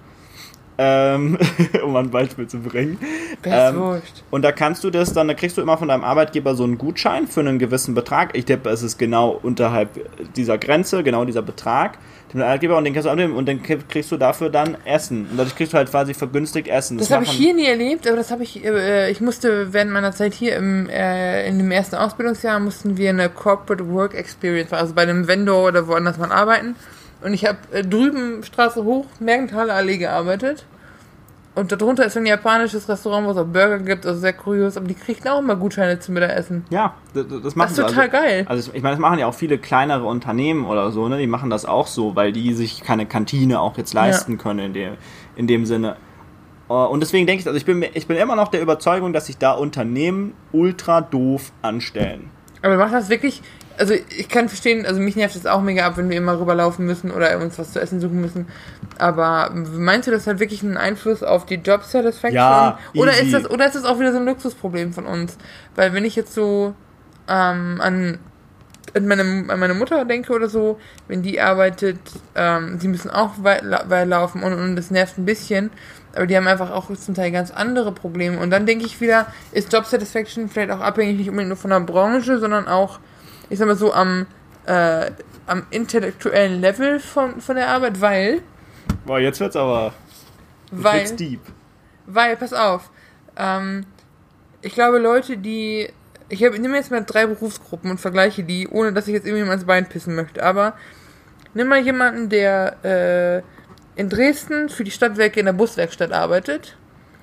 Ähm, um mal ein Beispiel zu bringen. Best Washed. Ähm, und da kannst du das dann, da kriegst du immer von deinem Arbeitgeber so einen Gutschein für einen gewissen Betrag. Ich tippe, es ist genau unterhalb dieser Grenze, genau dieser Betrag. Den Arbeitgeber und den kannst du abnehmen und dann kriegst du dafür dann Essen. Und dadurch kriegst du halt quasi vergünstigt Essen. Das, das habe ich hier nie erlebt, aber das habe ich, äh, ich musste während meiner Zeit hier im, äh, in dem ersten Ausbildungsjahr mussten wir eine Corporate Work Experience, also bei einem Vendor oder woanders mal arbeiten. Und ich habe äh, drüben Straße hoch, Mergenthaler Allee gearbeitet. Und darunter ist ein japanisches Restaurant, wo es auch Burger gibt, also sehr kurios, aber die kriegen auch immer Gutscheine zum Mittagessen. Ja, das, das machen Das ist total also, geil. Also ich meine, das machen ja auch viele kleinere Unternehmen oder so, ne? Die machen das auch so, weil die sich keine Kantine auch jetzt leisten ja. können in dem, in dem Sinne. Und deswegen denke ich, also ich bin, ich bin immer noch der Überzeugung, dass sich da Unternehmen ultra doof anstellen. Aber macht das wirklich, also ich kann verstehen, also mich nervt das auch mega ab, wenn wir immer rüberlaufen müssen oder uns was zu essen suchen müssen. Aber meinst du, das hat wirklich einen Einfluss auf die Job Satisfaction? Ja, oder easy. ist das, oder ist das auch wieder so ein Luxusproblem von uns? Weil wenn ich jetzt so ähm, an, an, meine, an meine Mutter denke oder so, wenn die arbeitet, ähm, die müssen auch weit, weit laufen und, und das nervt ein bisschen. Aber die haben einfach auch zum Teil ganz andere Probleme. Und dann denke ich wieder, ist Job Satisfaction vielleicht auch abhängig nicht unbedingt nur von der Branche, sondern auch, ich sag mal so, am, äh, am intellektuellen Level von, von der Arbeit, weil... Boah, jetzt wird's aber... Jetzt weil, wird's deep. Weil, pass auf, ähm, ich glaube, Leute, die... Ich, hab, ich nehme jetzt mal drei Berufsgruppen und vergleiche die, ohne dass ich jetzt irgendwie mal ins Bein pissen möchte, aber nimm mal jemanden, der äh, in Dresden für die Stadtwerke in der Buswerkstatt arbeitet.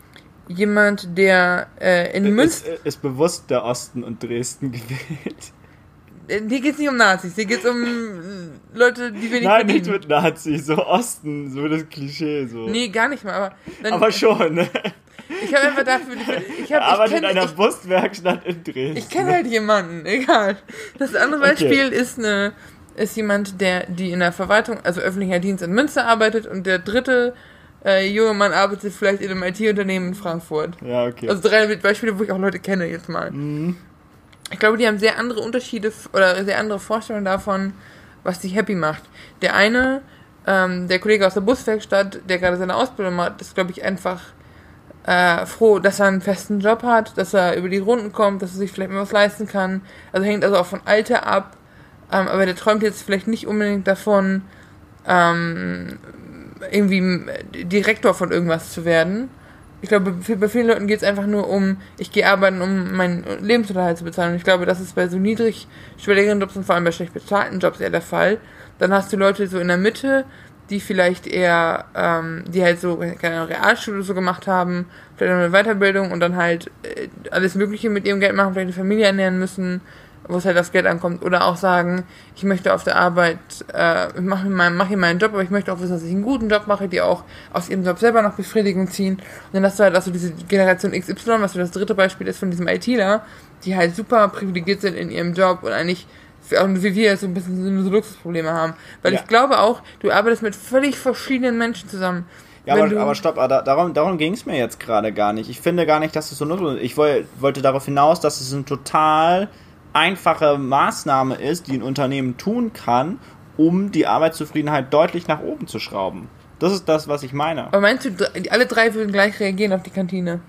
Jemand, der äh, in Münster... Ist, ist bewusst der Osten und Dresden gewählt? Hier geht's nicht um Nazis, hier geht's um Leute, die wir nicht Nein, verdienen. nicht mit Nazis, so Osten, so das Klischee, so. Nee, gar nicht mal, aber... Dann, aber schon, ne? Ich habe einfach dafür... Ich hab, er arbeitet ich kenn, in einer ich, Buswerkstatt in Dresden. Ich kenne halt jemanden, egal. Das andere Beispiel okay. ist eine... ist jemand, der die in der Verwaltung, also öffentlicher Dienst in Münster arbeitet und der dritte äh, junge Mann arbeitet vielleicht in einem I T-Unternehmen in Frankfurt. Ja, okay. Also drei Beispiele, wo ich auch Leute kenne jetzt mal. Mhm. Ich glaube, die haben sehr andere Unterschiede oder sehr andere Vorstellungen davon, was sie happy macht. Der eine, ähm, der Kollege aus der Buswerkstatt, der gerade seine Ausbildung macht, ist, glaube ich, einfach äh, froh, dass er einen festen Job hat, dass er über die Runden kommt, dass er sich vielleicht mal was leisten kann. Also hängt also auch von Alter ab. Ähm, aber der träumt jetzt vielleicht nicht unbedingt davon, ähm, irgendwie Direktor von irgendwas zu werden. Ich glaube, bei vielen Leuten geht es einfach nur um, ich gehe arbeiten, um meinen Lebensunterhalt zu bezahlen. Und ich glaube, das ist bei so niedrigschwelligeren Jobs und vor allem bei schlecht bezahlten Jobs eher der Fall. Dann hast du Leute so in der Mitte, die vielleicht eher, ähm, die halt so, keine Ahnung, Realschule so gemacht haben, vielleicht eine Weiterbildung und dann halt äh, alles Mögliche mit ihrem Geld machen, vielleicht eine Familie ernähren müssen, wo es halt das Geld ankommt, oder auch sagen, ich möchte auf der Arbeit, äh, ich mache meinen, mach hier meinen Job, aber ich möchte auch wissen, dass ich einen guten Job mache, die auch aus ihrem Job selber noch Befriedigung ziehen. Und dann hast du halt also diese Generation X Y, was so das dritte Beispiel ist von diesem ITler, die halt super privilegiert sind in ihrem Job und eigentlich, auch wie wir, so ein bisschen so Luxusprobleme haben. Weil ja. Ich glaube auch, du arbeitest mit völlig verschiedenen Menschen zusammen. Ja, aber, aber stopp, aber darum, darum ging es mir jetzt gerade gar nicht. Ich finde gar nicht, dass es so nutzlos ist. Ich woll, wollte darauf hinaus, dass es ein total einfache Maßnahme ist, die ein Unternehmen tun kann, um die Arbeitszufriedenheit deutlich nach oben zu schrauben. Das ist das, was ich meine. Aber meinst du, alle drei würden gleich reagieren auf die Kantine?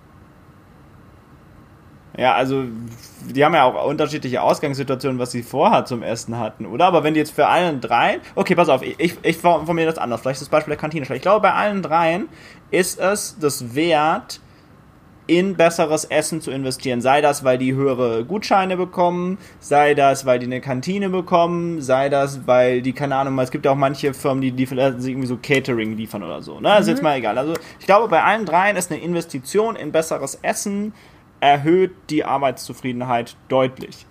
Ja, also die haben ja auch unterschiedliche Ausgangssituationen, was sie vorher zum Essen hatten, oder? Aber wenn die jetzt für allen dreien... Okay, pass auf, ich, ich formuliere das anders. Vielleicht ist das Beispiel der Kantine schlecht. Ich glaube, bei allen dreien ist es das wert, in besseres Essen zu investieren. Sei das, weil die höhere Gutscheine bekommen, sei das, weil die eine Kantine bekommen, sei das, weil die, keine Ahnung, es gibt ja auch manche Firmen, die, die irgendwie so Catering liefern oder so. Ne? Das ist mhm. jetzt mal egal. Also ich glaube, bei allen dreien ist eine Investition in besseres Essen erhöht die Arbeitszufriedenheit deutlich.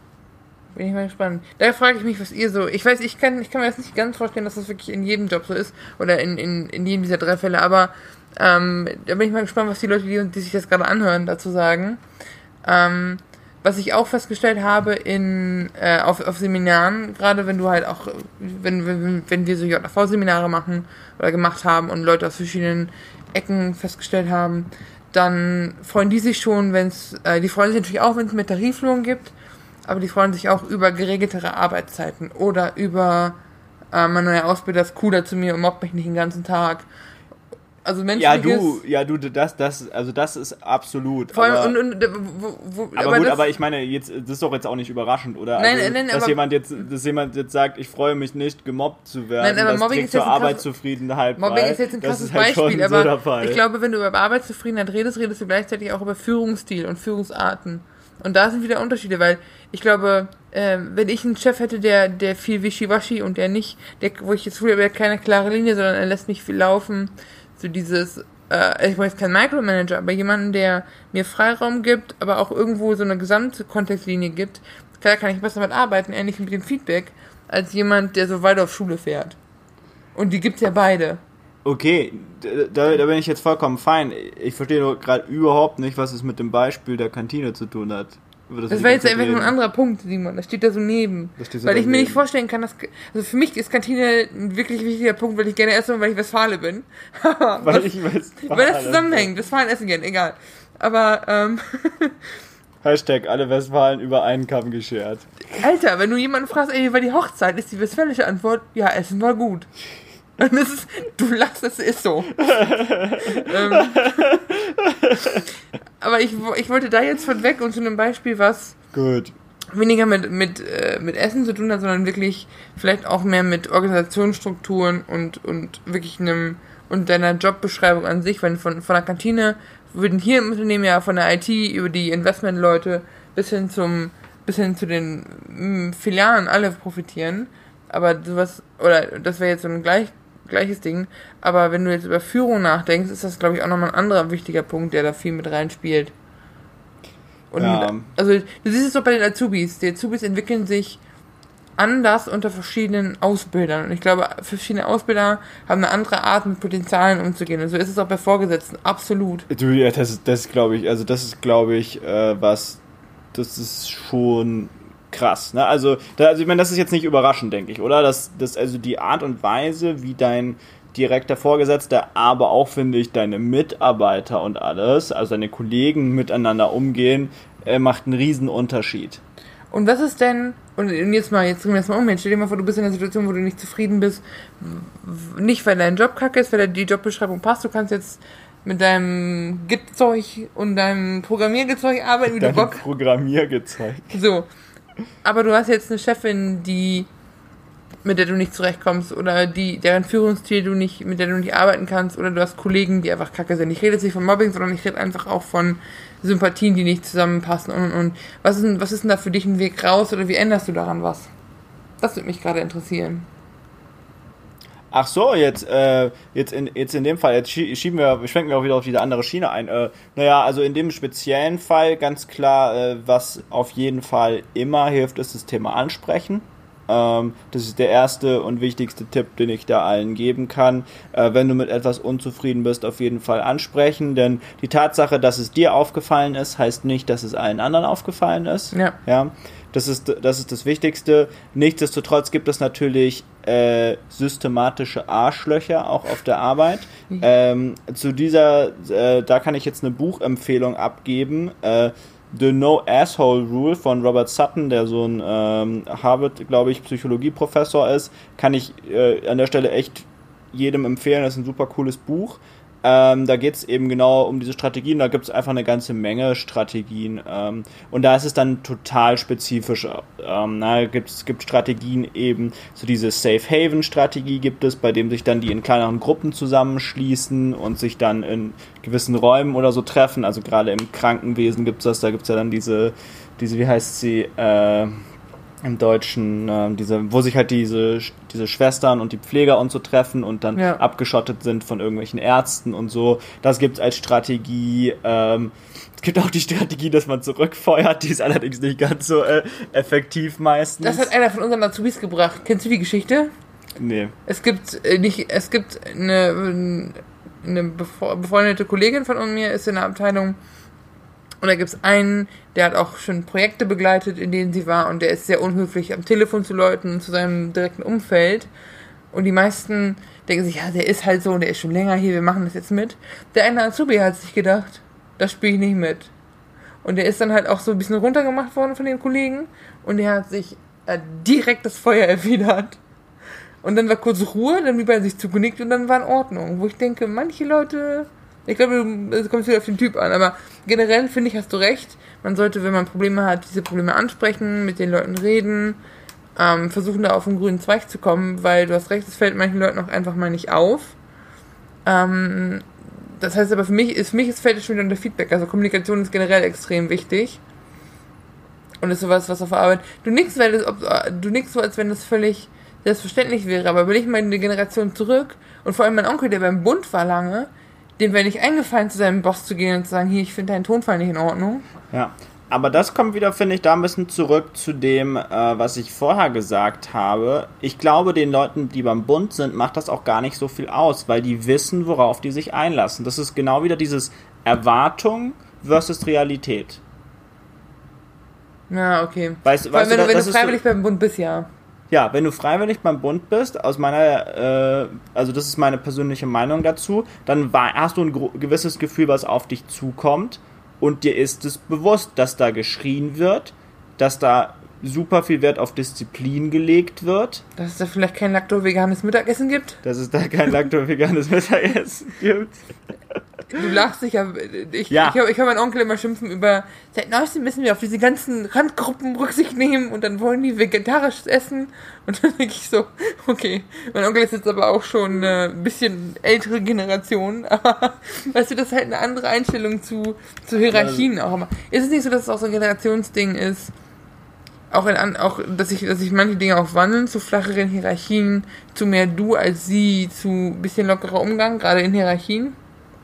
Bin ich mal gespannt. Da frage ich mich, was ihr so... Ich weiß, ich kann, ich kann mir das nicht ganz vorstellen, dass das wirklich in jedem Job so ist oder in, in, in jedem dieser drei Fälle, aber ähm, da bin ich mal gespannt, was die Leute, die, die sich das gerade anhören, dazu sagen. Ähm, was ich auch festgestellt habe in äh, auf, auf Seminaren, gerade wenn du halt auch, wenn, wenn, wenn wir so J V-Seminare machen oder gemacht haben und Leute aus verschiedenen Ecken festgestellt haben, dann freuen die sich schon, wenn es, äh, die freuen sich natürlich auch, wenn es mehr Tariflohn gibt, aber die freuen sich auch über geregeltere Arbeitszeiten oder über äh, mein neuer Ausbilder ist cooler zu mir und mobbt mich nicht den ganzen Tag. Also ja, du, ja, du, das, das, also das ist absolut. Vor allem, aber, und, und, wo, wo, aber, aber gut, das, aber ich meine, jetzt, das ist doch jetzt auch nicht überraschend, oder? Nein, also, nein, dass aber, jemand jetzt, dass jemand jetzt sagt, ich freue mich nicht, gemobbt zu werden, nein, aber das Mobbing trägt ist jetzt zur ein Arbeitszufriedenheit bei. Mobbing ist jetzt ein krasses halt Beispiel, aber so ich glaube, wenn du über Arbeitszufriedenheit redest, redest du gleichzeitig auch über Führungsstil und Führungsarten. Und da sind wieder Unterschiede, weil ich glaube, äh, wenn ich einen Chef hätte, der, der viel wischiwaschi und der nicht, der, wo ich jetzt früher keine klare Linie, sondern er lässt mich viel laufen, so dieses, äh, ich weiß kein Micromanager, aber jemanden, der mir Freiraum gibt, aber auch irgendwo so eine gesamte Kontextlinie gibt, klar kann ich besser damit arbeiten, ähnlich mit dem Feedback, als jemand, der so weiter auf Schule fährt. Und die gibt's ja beide. Okay, da, da bin ich jetzt vollkommen fein. Ich verstehe nur gerade überhaupt nicht, was es mit dem Beispiel der Kantine zu tun hat. Das, das war jetzt einfach nur ein anderer Punkt, Simon. Das steht da so neben. So weil ich mir nicht vorstellen kann, dass... Also für mich ist Kantine ein wirklich wichtiger Punkt, weil ich gerne esse und weil ich Westfale bin. weil was, ich Westfale Weil das zusammenhängt. Westfalen essen gern, egal. Aber, ähm... Hashtag alle Westfalen über einen Kamm geschert. Alter, wenn du jemanden fragst, ey, wie war die Hochzeit, ist die westfälische Antwort, ja, Essen war gut. Und das ist, du lachst, es ist so. ähm, aber ich, ich wollte da jetzt von weg und zu einem Beispiel, was Gut. weniger mit, mit, äh, mit Essen zu tun hat, sondern wirklich vielleicht auch mehr mit Organisationsstrukturen und, und wirklich einem, und deiner Jobbeschreibung an sich, wenn von, von der Kantine würden hier im Unternehmen ja von der I T über die Investmentleute bis hin zum, bis hin zu den mh, Filialen alle profitieren. Aber sowas, oder das wäre jetzt so ein gleich, gleiches Ding. Aber wenn du jetzt über Führung nachdenkst, ist das, glaube ich, auch nochmal ein anderer wichtiger Punkt, der da viel mit reinspielt. Und ja. Also du siehst es doch bei den Azubis. Die Azubis entwickeln sich anders unter verschiedenen Ausbildern. Und ich glaube, verschiedene Ausbilder haben eine andere Art, mit Potenzialen umzugehen. Und so ist es auch bei Vorgesetzten. Absolut. Du, ja, das ist, das glaube ich, also das ist, glaube ich, äh, was, das ist schon krass, ne? Also, da, also ich meine, das ist jetzt nicht überraschend, denke ich, oder? Dass, dass also die Art und Weise, wie dein direkter Vorgesetzter, aber auch, finde ich, deine Mitarbeiter und alles, also deine Kollegen miteinander umgehen, äh, macht einen riesen Unterschied. Und was ist denn, und jetzt mal, jetzt drehen wir das mal um, jetzt stell dir mal vor, du bist in einer Situation, wo du nicht zufrieden bist, nicht weil dein Job kacke ist, weil die Jobbeschreibung passt, du kannst jetzt mit deinem Git-Zeug und deinem Programmiergezeug arbeiten, wie du Bock. Programmiergezeug. So. Aber du hast jetzt eine Chefin, die mit der du nicht zurechtkommst oder die deren Führungsstil du nicht, mit der du nicht arbeiten kannst, oder du hast Kollegen, die einfach kacke sind. Ich rede jetzt nicht von Mobbing, sondern ich rede einfach auch von Sympathien, die nicht zusammenpassen und und und. Was ist denn, was ist denn da für dich ein Weg raus, oder wie änderst du daran was? Das würde mich gerade interessieren. Ach so, jetzt, äh, jetzt in, jetzt in dem Fall, jetzt schieben wir, schwenken wir auch wieder auf diese andere Schiene ein. Äh, naja, also in dem speziellen Fall ganz klar, äh, was auf jeden Fall immer hilft, ist das Thema Ansprechen. Ähm, das ist der erste und wichtigste Tipp, den ich da allen geben kann. Äh, wenn du mit etwas unzufrieden bist, auf jeden Fall ansprechen, denn die Tatsache, dass es dir aufgefallen ist, heißt nicht, dass es allen anderen aufgefallen ist. Ja. Ja. Das ist, das ist das Wichtigste. Nichtsdestotrotz gibt es natürlich äh, systematische Arschlöcher auch auf der Arbeit. Mhm. Ähm, zu dieser, äh, da kann ich jetzt eine Buchempfehlung abgeben. Äh, The No Asshole Rule von Robert Sutton, der so ein ähm, Harvard, glaube ich, Psychologieprofessor ist, kann ich äh, an der Stelle echt jedem empfehlen. Das ist ein super cooles Buch. Ähm, da geht es eben genau um diese Strategien. Da gibt es einfach eine ganze Menge Strategien. Ähm, und da ist es dann total spezifisch. Ähm, na, gibt's, gibt Strategien eben, so diese Safe Haven Strategie gibt es, bei dem sich dann die in kleineren Gruppen zusammenschließen und sich dann in gewissen Räumen oder so treffen. Also gerade im Krankenwesen gibt es das. Da gibt es ja dann diese, diese, wie heißt sie, äh, im Deutschen, äh, diese, wo sich halt diese, diese Schwestern und die Pfleger und so treffen und dann ja. abgeschottet sind von irgendwelchen Ärzten und so. Das gibt's als Strategie. Ähm, es gibt auch die Strategie, dass man zurückfeuert, die ist allerdings nicht ganz so äh, effektiv meistens. Das hat einer von unseren Azubis gebracht. Kennst du die Geschichte? Nee. Es gibt äh, nicht, es gibt eine, eine befreundete Kollegin von mir, ist in der Abteilung. Und da gibt's einen, der hat auch schon Projekte begleitet, in denen sie war, und der ist sehr unhöflich am Telefon zu Leuten und zu seinem direkten Umfeld. Und die meisten denken sich, ja, der ist halt so und der ist schon länger hier, wir machen das jetzt mit. Der eine Azubi hat sich gedacht, das spiele ich nicht mit. Und der ist dann halt auch so ein bisschen runtergemacht worden von den Kollegen, und der hat sich äh, direkt das Feuer erwidert. Und dann war kurz Ruhe, dann blieb er sich zugenickt und dann war in Ordnung. Wo ich denke, manche Leute... Ich glaube, es kommt wieder auf den Typ an, aber generell finde ich, hast du recht. Man sollte, wenn man Probleme hat, diese Probleme ansprechen, mit den Leuten reden, ähm, versuchen da auf den grünen Zweig zu kommen, weil du hast recht, es fällt manchen Leuten auch einfach mal nicht auf. Ähm, das heißt aber für mich, ist, für mich ist, fällt es schon wieder unter Feedback. Also Kommunikation ist generell extrem wichtig. Und ist sowas, was auf der Arbeit, du nix, weil das, ob, du nix so, als wenn das völlig selbstverständlich wäre, aber überleg mal eine Generation zurück, und vor allem mein Onkel, der beim Bund war lange, dem wäre nicht eingefallen, zu seinem Boss zu gehen und zu sagen, hier, ich finde deinen Tonfall nicht in Ordnung. Ja, aber das kommt wieder, finde ich, da ein bisschen zurück zu dem, äh, was ich vorher gesagt habe. Ich glaube, den Leuten, die beim Bund sind, macht das auch gar nicht so viel aus, weil die wissen, worauf die sich einlassen. Das ist genau wieder dieses Erwartung versus Realität. Ja, okay. Weißt, Vor allem, weißt wenn du, du, wenn das du ist freiwillig so, beim Bund bist, ja. Ja, wenn du freiwillig beim Bund bist, aus meiner, äh, also das ist meine persönliche Meinung dazu, dann war, hast du ein gro- gewisses Gefühl, was auf dich zukommt, und dir ist es bewusst, dass da geschrien wird, dass da super viel Wert auf Disziplin gelegt wird. Dass es da vielleicht kein lakto-veganes Mittagessen gibt? Dass es da kein lakto-veganes Mittagessen gibt. Du lachst dich, aber ich, Ja. ich, ich, ich höre meinen Onkel immer schimpfen über, seit neuestem müssen wir auf diese ganzen Randgruppen Rücksicht nehmen und dann wollen die vegetarisch essen. Und dann denke ich so, okay, mein Onkel ist jetzt aber auch schon äh, ein bisschen ältere Generation, aber weißt du, das ist halt eine andere Einstellung zu, zu Hierarchien auch immer. Ist es nicht so, dass es auch so ein Generationsding ist, auch, in, auch dass sich dass sich manche Dinge auch wandeln, zu flacheren Hierarchien, zu mehr du als sie, zu ein bisschen lockerer Umgang, gerade in Hierarchien?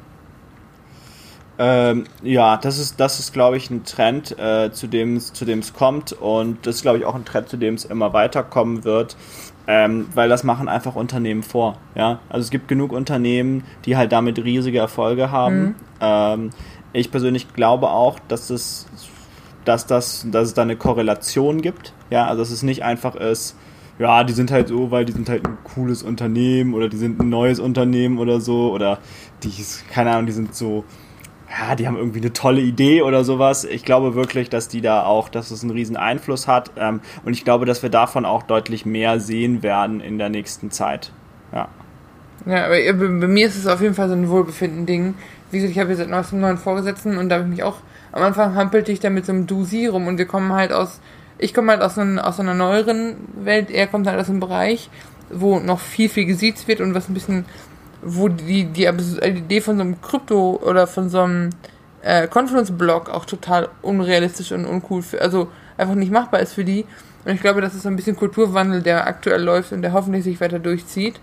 Ähm, ja, das ist, das ist, glaube ich, ein Trend, äh, zu dem es zu dem es kommt, und das ist, glaube ich, auch ein Trend, zu dem es immer weiterkommen wird, ähm, weil das machen einfach Unternehmen vor, ja, also es gibt genug Unternehmen, die halt damit riesige Erfolge haben. Mhm. Ähm, ich persönlich glaube auch, dass es, dass das, dass es da eine Korrelation gibt, ja, also dass es nicht einfach ist, ja, die sind halt so, weil die sind halt ein cooles Unternehmen oder die sind ein neues Unternehmen oder so, oder die, keine Ahnung, die sind so, ja, die haben irgendwie eine tolle Idee oder sowas. Ich glaube wirklich, dass die da auch, dass es einen riesen Einfluss hat. Ähm, und ich glaube, dass wir davon auch deutlich mehr sehen werden in der nächsten Zeit. Ja. Ja, aber bei mir ist es auf jeden Fall so ein Wohlbefinden-Ding. Wie gesagt, ich habe jetzt seit einem neuen Vorgesetzten und da habe ich mich auch, am Anfang hampelte ich da mit so einem Du-Sie rum und wir kommen halt aus, ich komme halt aus, einem, aus einer neueren Welt, er kommt halt aus einem Bereich, wo noch viel, viel gesiezt wird und was ein bisschen, wo die, die Idee von so einem Krypto oder von so einem äh, Confluence-Blog auch total unrealistisch und uncool, für, also einfach nicht machbar ist für die. Und ich glaube, das ist so ein bisschen Kulturwandel, der aktuell läuft und der hoffentlich sich weiter durchzieht.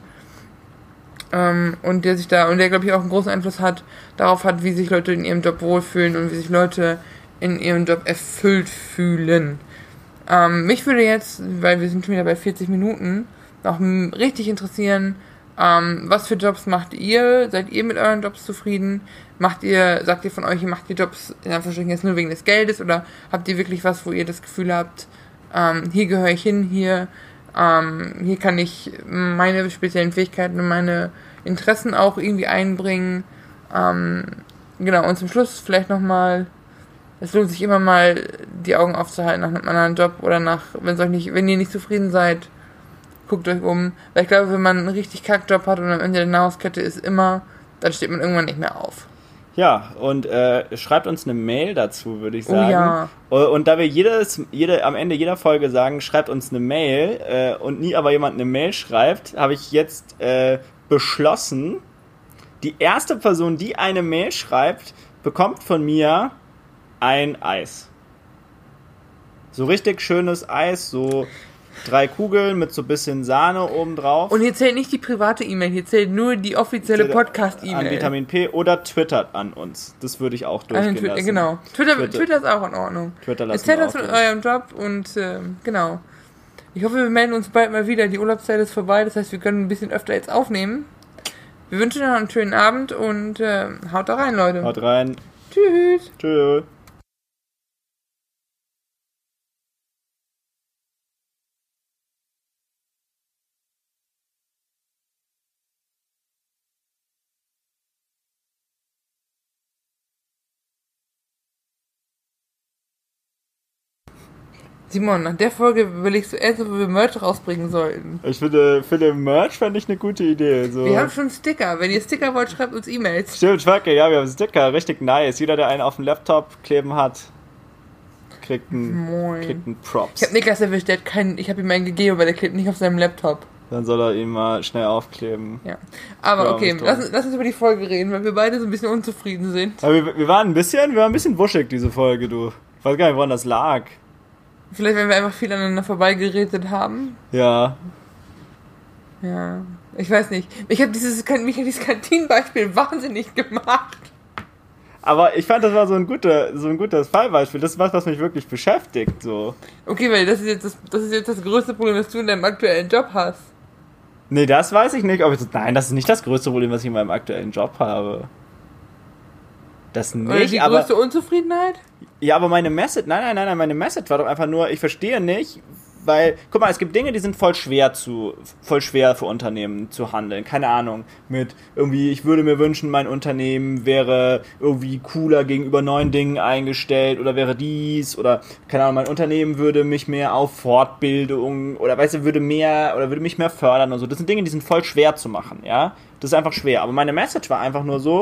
Ähm, und der sich da, und der, glaube ich, auch einen großen Einfluss hat, darauf hat, wie sich Leute in ihrem Job wohlfühlen und wie sich Leute in ihrem Job erfüllt fühlen. Ähm, mich würde jetzt, weil wir sind schon wieder bei vierzig Minuten, noch m- richtig interessieren, Ähm, was für Jobs macht ihr? Seid ihr mit euren Jobs zufrieden? Macht ihr, sagt ihr von euch, ihr macht die Jobs in Anführungsstrichen jetzt nur wegen des Geldes oder habt ihr wirklich was, wo ihr das Gefühl habt, ähm, hier gehöre ich hin, hier, ähm, hier kann ich meine speziellen Fähigkeiten und meine Interessen auch irgendwie einbringen? Ähm, genau, und zum Schluss vielleicht nochmal, es lohnt sich immer mal, die Augen aufzuhalten nach einem anderen Job oder nach, wenn euch nicht, wenn ihr nicht zufrieden seid, guckt euch um, weil ich glaube, wenn man einen richtig Kackjob hat und am Ende der Nahrungskette ist immer, dann steht man irgendwann nicht mehr auf. Ja, und äh, schreibt uns eine Mail dazu, würde ich sagen. Oh ja. Und da wir jedes, jede, am Ende jeder Folge sagen, schreibt uns eine Mail äh, und nie aber jemand eine Mail schreibt, habe ich jetzt äh, beschlossen, die erste Person, die eine Mail schreibt, bekommt von mir ein Eis. So richtig schönes Eis, so drei Kugeln mit so ein bisschen Sahne oben drauf. Und hier zählt nicht die private E-Mail, hier zählt nur die offizielle Podcast-E-Mail. An Vitamin P oder twittert an uns. Das würde ich auch durchgehen Twi- lassen. Genau. Twitter, Twitter. Twitter ist auch in Ordnung. Twitter lassen Erzählt wir uns auch mit durch. eurem Job und äh, genau. Ich hoffe, wir melden uns bald mal wieder. Die Urlaubszeit ist vorbei, das heißt, wir können ein bisschen öfter jetzt aufnehmen. Wir wünschen euch noch einen schönen Abend und äh, haut da rein, Leute. Haut rein. Tschüss. Tschüss. Simon, nach der Folge überlegst du erst, ob wir Merch rausbringen sollten. Ich finde, für den Merch fand ich eine gute Idee. So. Wir haben schon Sticker. Wenn ihr Sticker wollt, schreibt uns E-Mails. Stimmt, Schwacke, ja, wir haben Sticker, richtig nice. Jeder, der einen auf dem Laptop kleben hat, kriegt einen, Moin. kriegt einen Props. Ich habe Niklas erwischt, der hat keinen, ich habe ihm einen gegeben, aber der klebt nicht auf seinem Laptop. Dann soll er ihn mal schnell aufkleben. Ja. Aber Ja, okay, ist doch- lass, lass uns über die Folge reden, weil wir beide so ein bisschen unzufrieden sind. Aber wir, wir waren ein bisschen, wir waren ein bisschen wuschig, diese Folge, du. Ich weiß gar nicht, woran das lag. Vielleicht, wenn wir einfach viel aneinander vorbeigeredet haben. Ja. Ja. Ich weiß nicht. Ich habe dieses, mich hat dieses Kantinenbeispiel wahnsinnig gemacht. Aber ich fand, das war so ein guter, so ein gutes Fallbeispiel. Das ist was, was mich wirklich beschäftigt, so. Okay, weil das ist jetzt das, das ist jetzt das größte Problem, das du in deinem aktuellen Job hast. Nee, das weiß ich nicht. Ob ich, nein, das ist nicht das größte Problem, was ich in meinem aktuellen Job habe. Das nicht, Oder die aber... größte Unzufriedenheit? Ja, aber meine Message, nein, nein, nein, nein, meine Message war doch einfach nur, ich verstehe nicht, weil, guck mal, es gibt Dinge, die sind voll schwer zu, voll schwer für Unternehmen zu handeln. Keine Ahnung, mit irgendwie, ich würde mir wünschen, mein Unternehmen wäre irgendwie cooler gegenüber neuen Dingen eingestellt oder wäre dies oder, keine Ahnung, mein Unternehmen würde mich mehr auf Fortbildung oder, weißt du, würde mehr oder würde mich mehr fördern und so. Das sind Dinge, die sind voll schwer zu machen, ja. Das ist einfach schwer. Aber meine Message war einfach nur so,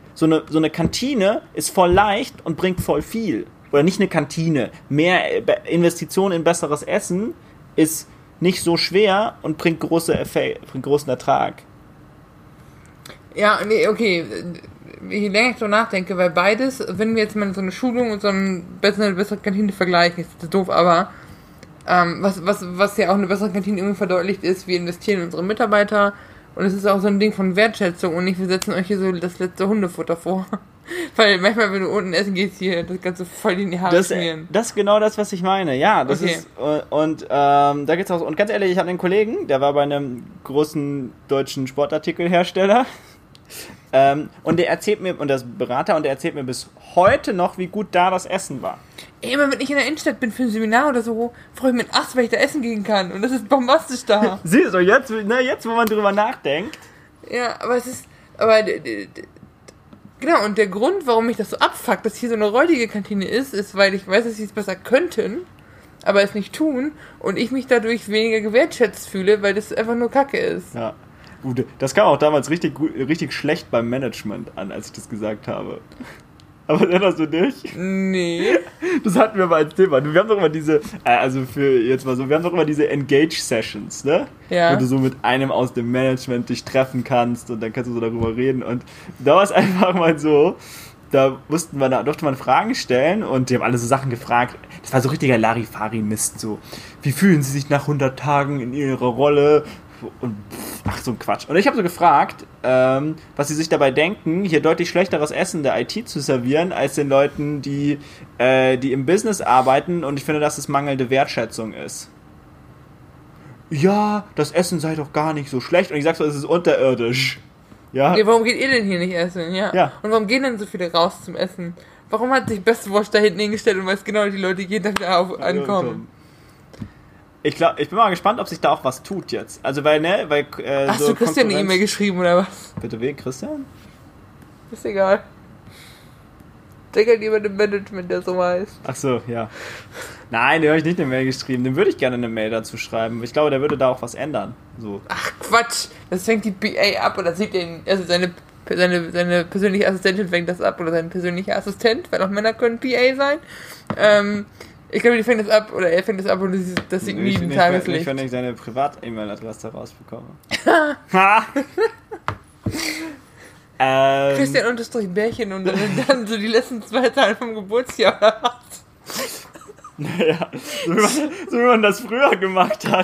so eine, so eine Kantine ist voll leicht und bringt voll viel. Oder nicht eine Kantine. Mehr Investition in besseres Essen ist nicht so schwer und bringt, große Effekt, bringt großen Ertrag. Ja, nee, okay. Je länger ich so nachdenke, weil beides, wenn wir jetzt mal so eine Schulung und so eine bessere, bessere Kantine vergleichen, ist das doof, aber ähm, was, was, was ja auch eine bessere Kantine irgendwie verdeutlicht ist, wir investieren in unsere Mitarbeiter und es ist auch so ein Ding von Wertschätzung und nicht, wir setzen euch hier so das letzte Hundefutter vor. Weil manchmal, wenn du unten essen gehst, hier das Ganze voll in die Haare das, schmieren. Das ist genau das, was ich meine. Ja, das okay. ist und, und ähm, da geht's auch. Und ganz ehrlich, ich habe einen Kollegen, der war bei einem großen deutschen Sportartikelhersteller. ähm, und der erzählt mir, und der ist Berater, und der erzählt mir bis heute noch, wie gut da das Essen war. Ey, immer wenn ich in der Innenstadt bin für ein Seminar oder so, freue ich mich mit Ast, weil ich da essen gehen kann. Und das ist bombastisch da. Siehst du, jetzt, ne, jetzt, wo man drüber nachdenkt. Ja, aber es ist, aber genau, und der Grund, warum mich das so abfuckt, dass hier so eine räudige Kantine ist, ist, weil ich weiß, dass sie es besser könnten, aber es nicht tun und ich mich dadurch weniger gewertschätzt fühle, weil das einfach nur Kacke ist. Ja, gut, das kam auch damals richtig gut, richtig schlecht beim Management an, als ich das gesagt habe. Aber erinnerst du dich? Nee. Das hatten wir mal als Thema. Wir haben doch immer diese, äh, also für jetzt mal so, wir haben doch immer diese Engage-Sessions, ne? Ja. Wo du so mit einem aus dem Management dich treffen kannst und dann kannst du so darüber reden. Und da war es einfach mal so, da mussten wir, da durfte man Fragen stellen und die haben alle so Sachen gefragt. Das war so richtiger Larifari-Mist, so. Wie fühlen sie sich nach hundert Tagen in ihrer Rolle? Und ach, so ein Quatsch. Und ich habe so gefragt, ähm, was sie sich dabei denken, hier deutlich schlechteres Essen der I T zu servieren, als den Leuten, die, äh, die im Business arbeiten, und ich finde, dass es mangelnde Wertschätzung ist. Ja, das Essen sei doch gar nicht so schlecht. Und ich sag so, es ist unterirdisch. Ja. Okay, warum geht ihr denn hier nicht essen? Ja. Ja. Und warum gehen denn so viele raus zum Essen? Warum hat sich Best Wash da hinten hingestellt und weiß genau, die Leute jeden Tag wieder auf, ankommen? Ich glaube, ich bin mal gespannt, ob sich da auch was tut jetzt. Also, weil, ne, weil, äh, Hast so du Christian eine Konkurrenz- E-Mail geschrieben oder was? Bitte wen, Christian? Ist egal. Denke lieber dem Management, der so heißt. Ach so, ja. Nein, dem habe ich nicht eine Mail geschrieben. Dem würde ich gerne eine Mail dazu schreiben. Ich glaube, der würde da auch was ändern. So. Ach Quatsch, das fängt die P A ab oder sieht den, also seine, seine, seine persönliche Assistentin fängt das ab oder sein persönlicher Assistent, weil auch Männer können P A sein. Ähm, ich glaube, die fängt das ab oder er fängt das ab und das sieht, das sieht nie im Tageslicht. Ich, wenn ich seine Privat-E-Mail-Adresse rausbekomme. Ha! ähm, Christian unterstrich Bärchen und dann, dann so die letzten zwei Tage vom Geburtsjahr oder was? Naja, so wie, man, so wie man das früher gemacht hat.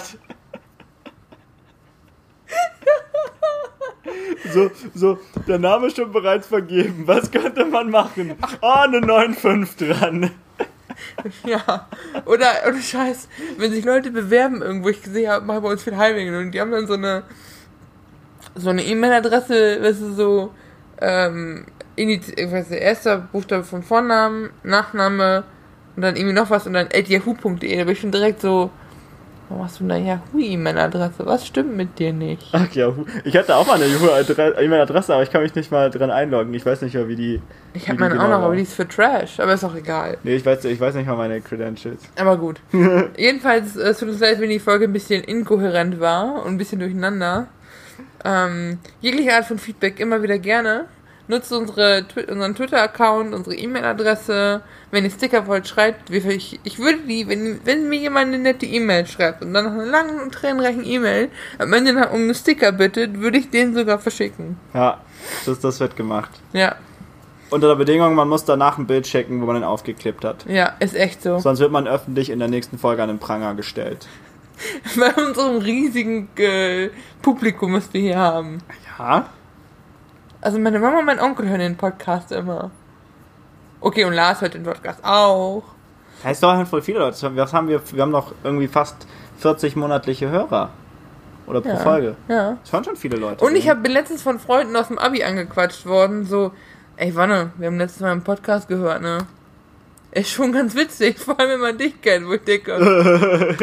So, so, der Name ist schon bereits vergeben. Was könnte man machen? Ah, eine neun fünf dran. Ja, oder, oder Scheiß, wenn sich Leute bewerben irgendwo, ich gesehen habe, mal bei uns viel Heimwegen und die haben dann so eine so eine E-Mail-Adresse, weißt du, so ähm, Iniz- ich weiß nicht, erster Buchstabe vom Vornamen, Nachname und dann irgendwie noch was und dann at yahoo punkt de, da bin ich schon direkt so, warum hast du eine Yahoo-E-Mail-Adresse? Was stimmt mit dir nicht? Ach Yahoo. Ich hatte auch mal eine Yahoo-E-Mail-Adresse, aber ich kann mich nicht mal dran einloggen. Ich weiß nicht mehr, wie die. Ich habe meine auch noch, aber die ist für Trash, aber ist auch egal. Nee, ich weiß, ich weiß nicht mal meine Credentials. Aber gut. Jedenfalls, es tut uns leid, wenn die Folge ein bisschen inkohärent war und ein bisschen durcheinander. Ähm, jegliche Art von Feedback immer wieder gerne. Nutzt unsere, unseren Twitter-Account, unsere E-Mail-Adresse. Wenn ihr Sticker wollt, schreibt. Ich, ich würde die, wenn, wenn mir jemand eine nette E-Mail schreibt und dann nach einer langen und tränenreichen E-Mail am Ende um einen Sticker bittet, würde ich den sogar verschicken. Ja, das, das wird gemacht. Ja. Unter der Bedingung, man muss danach ein Bild checken, wo man den aufgeklebt hat. Ja, ist echt so. Sonst wird man öffentlich in der nächsten Folge an den Pranger gestellt. Bei unserem riesigen äh, Publikum, das wir hier haben. Ja? Also meine Mama und mein Onkel hören den Podcast immer. Okay, und Lars hört den Podcast auch. Das heißt doch voll viele Leute. Was haben wir? Wir haben noch irgendwie fast vierzig monatliche Hörer. Oder pro Ja, Folge. ja. Das hören schon viele Leute. Und ich hab, bin letztens von Freunden aus dem Abi angequatscht worden, so, ey Wanne, wir haben letztens mal einen Podcast gehört, ne? Ist schon ganz witzig, vor allem wenn man dich kennt, wo ich denke.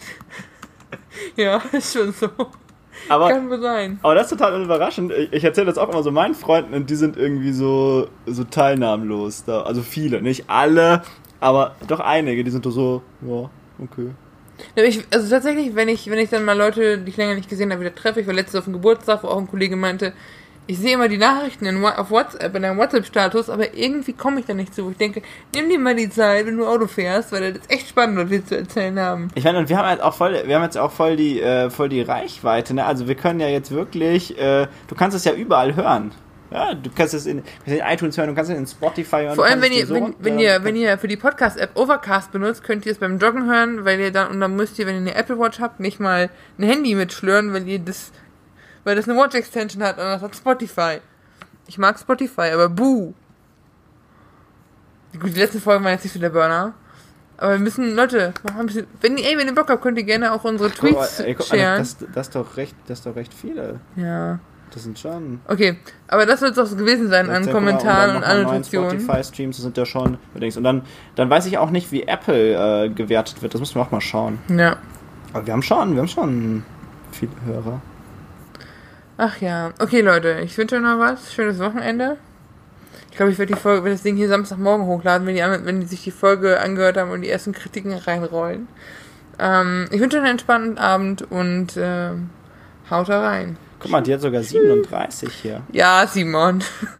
Ja, ist schon so. Aber, Kann wohl sein. aber das ist total überraschend. Ich, ich erzähle das auch immer so meinen Freunden und die sind irgendwie so, so teilnahmlos da. Also viele, nicht alle, aber doch einige, die sind so, ja, okay. Ja, ich, also tatsächlich, wenn ich, wenn ich dann mal Leute, die ich länger nicht gesehen habe, wieder treffe, ich war letztens auf dem Geburtstag, wo auch ein Kollege meinte, ich sehe immer die Nachrichten in, auf WhatsApp, in einem WhatsApp-Status, aber irgendwie komme ich da nicht zu. Ich denke, nimm dir mal die Zeit, wenn du Auto fährst, weil das ist echt spannend, was wir zu erzählen haben. Ich meine, und wir haben jetzt auch voll, wir haben jetzt auch voll die, äh, voll die Reichweite, ne? Also wir können ja jetzt wirklich, äh, du kannst es ja überall hören. Ja, du kannst es in, in iTunes hören, du kannst es in Spotify hören. Vor allem, wenn ihr, so, wenn, wenn ihr, wenn ihr für die Podcast-App Overcast benutzt, könnt ihr es beim Joggen hören, weil ihr dann, und dann müsst ihr, wenn ihr eine Apple Watch habt, nicht mal ein Handy mitschlören, weil ihr das, weil das eine Watch-Extension hat und das hat Spotify. Ich mag Spotify, aber buh. Gut, die letzten Folgen waren jetzt nicht so der Burner. Aber wir müssen, Leute, machen ein bisschen, wenn, ey, wenn ihr Bock habt, könnt ihr gerne auch unsere Tweets ey, guck, sharen. Das, das, ist doch recht, das ist doch recht viele. Ja. Das sind schon... Okay, aber das wird es doch gewesen sein an Kommentaren und Annotationen. Spotify-Streams, das sind ja schon... Und dann, dann weiß ich auch nicht, wie Apple äh, gewertet wird. Das müssen wir auch mal schauen. Ja. Aber wir haben schon, wir haben schon viele Hörer. Ach ja. Okay, Leute, ich wünsche euch noch was. Schönes Wochenende. Ich glaube, ich werde die Folge, werde das Ding hier Samstagmorgen hochladen, wenn die, wenn die sich die Folge angehört haben und die ersten Kritiken reinrollen. Ähm, ich wünsche euch einen entspannten Abend und äh, haut da rein. Guck mal, die hat sogar siebenunddreißig hier. Ja, Simon.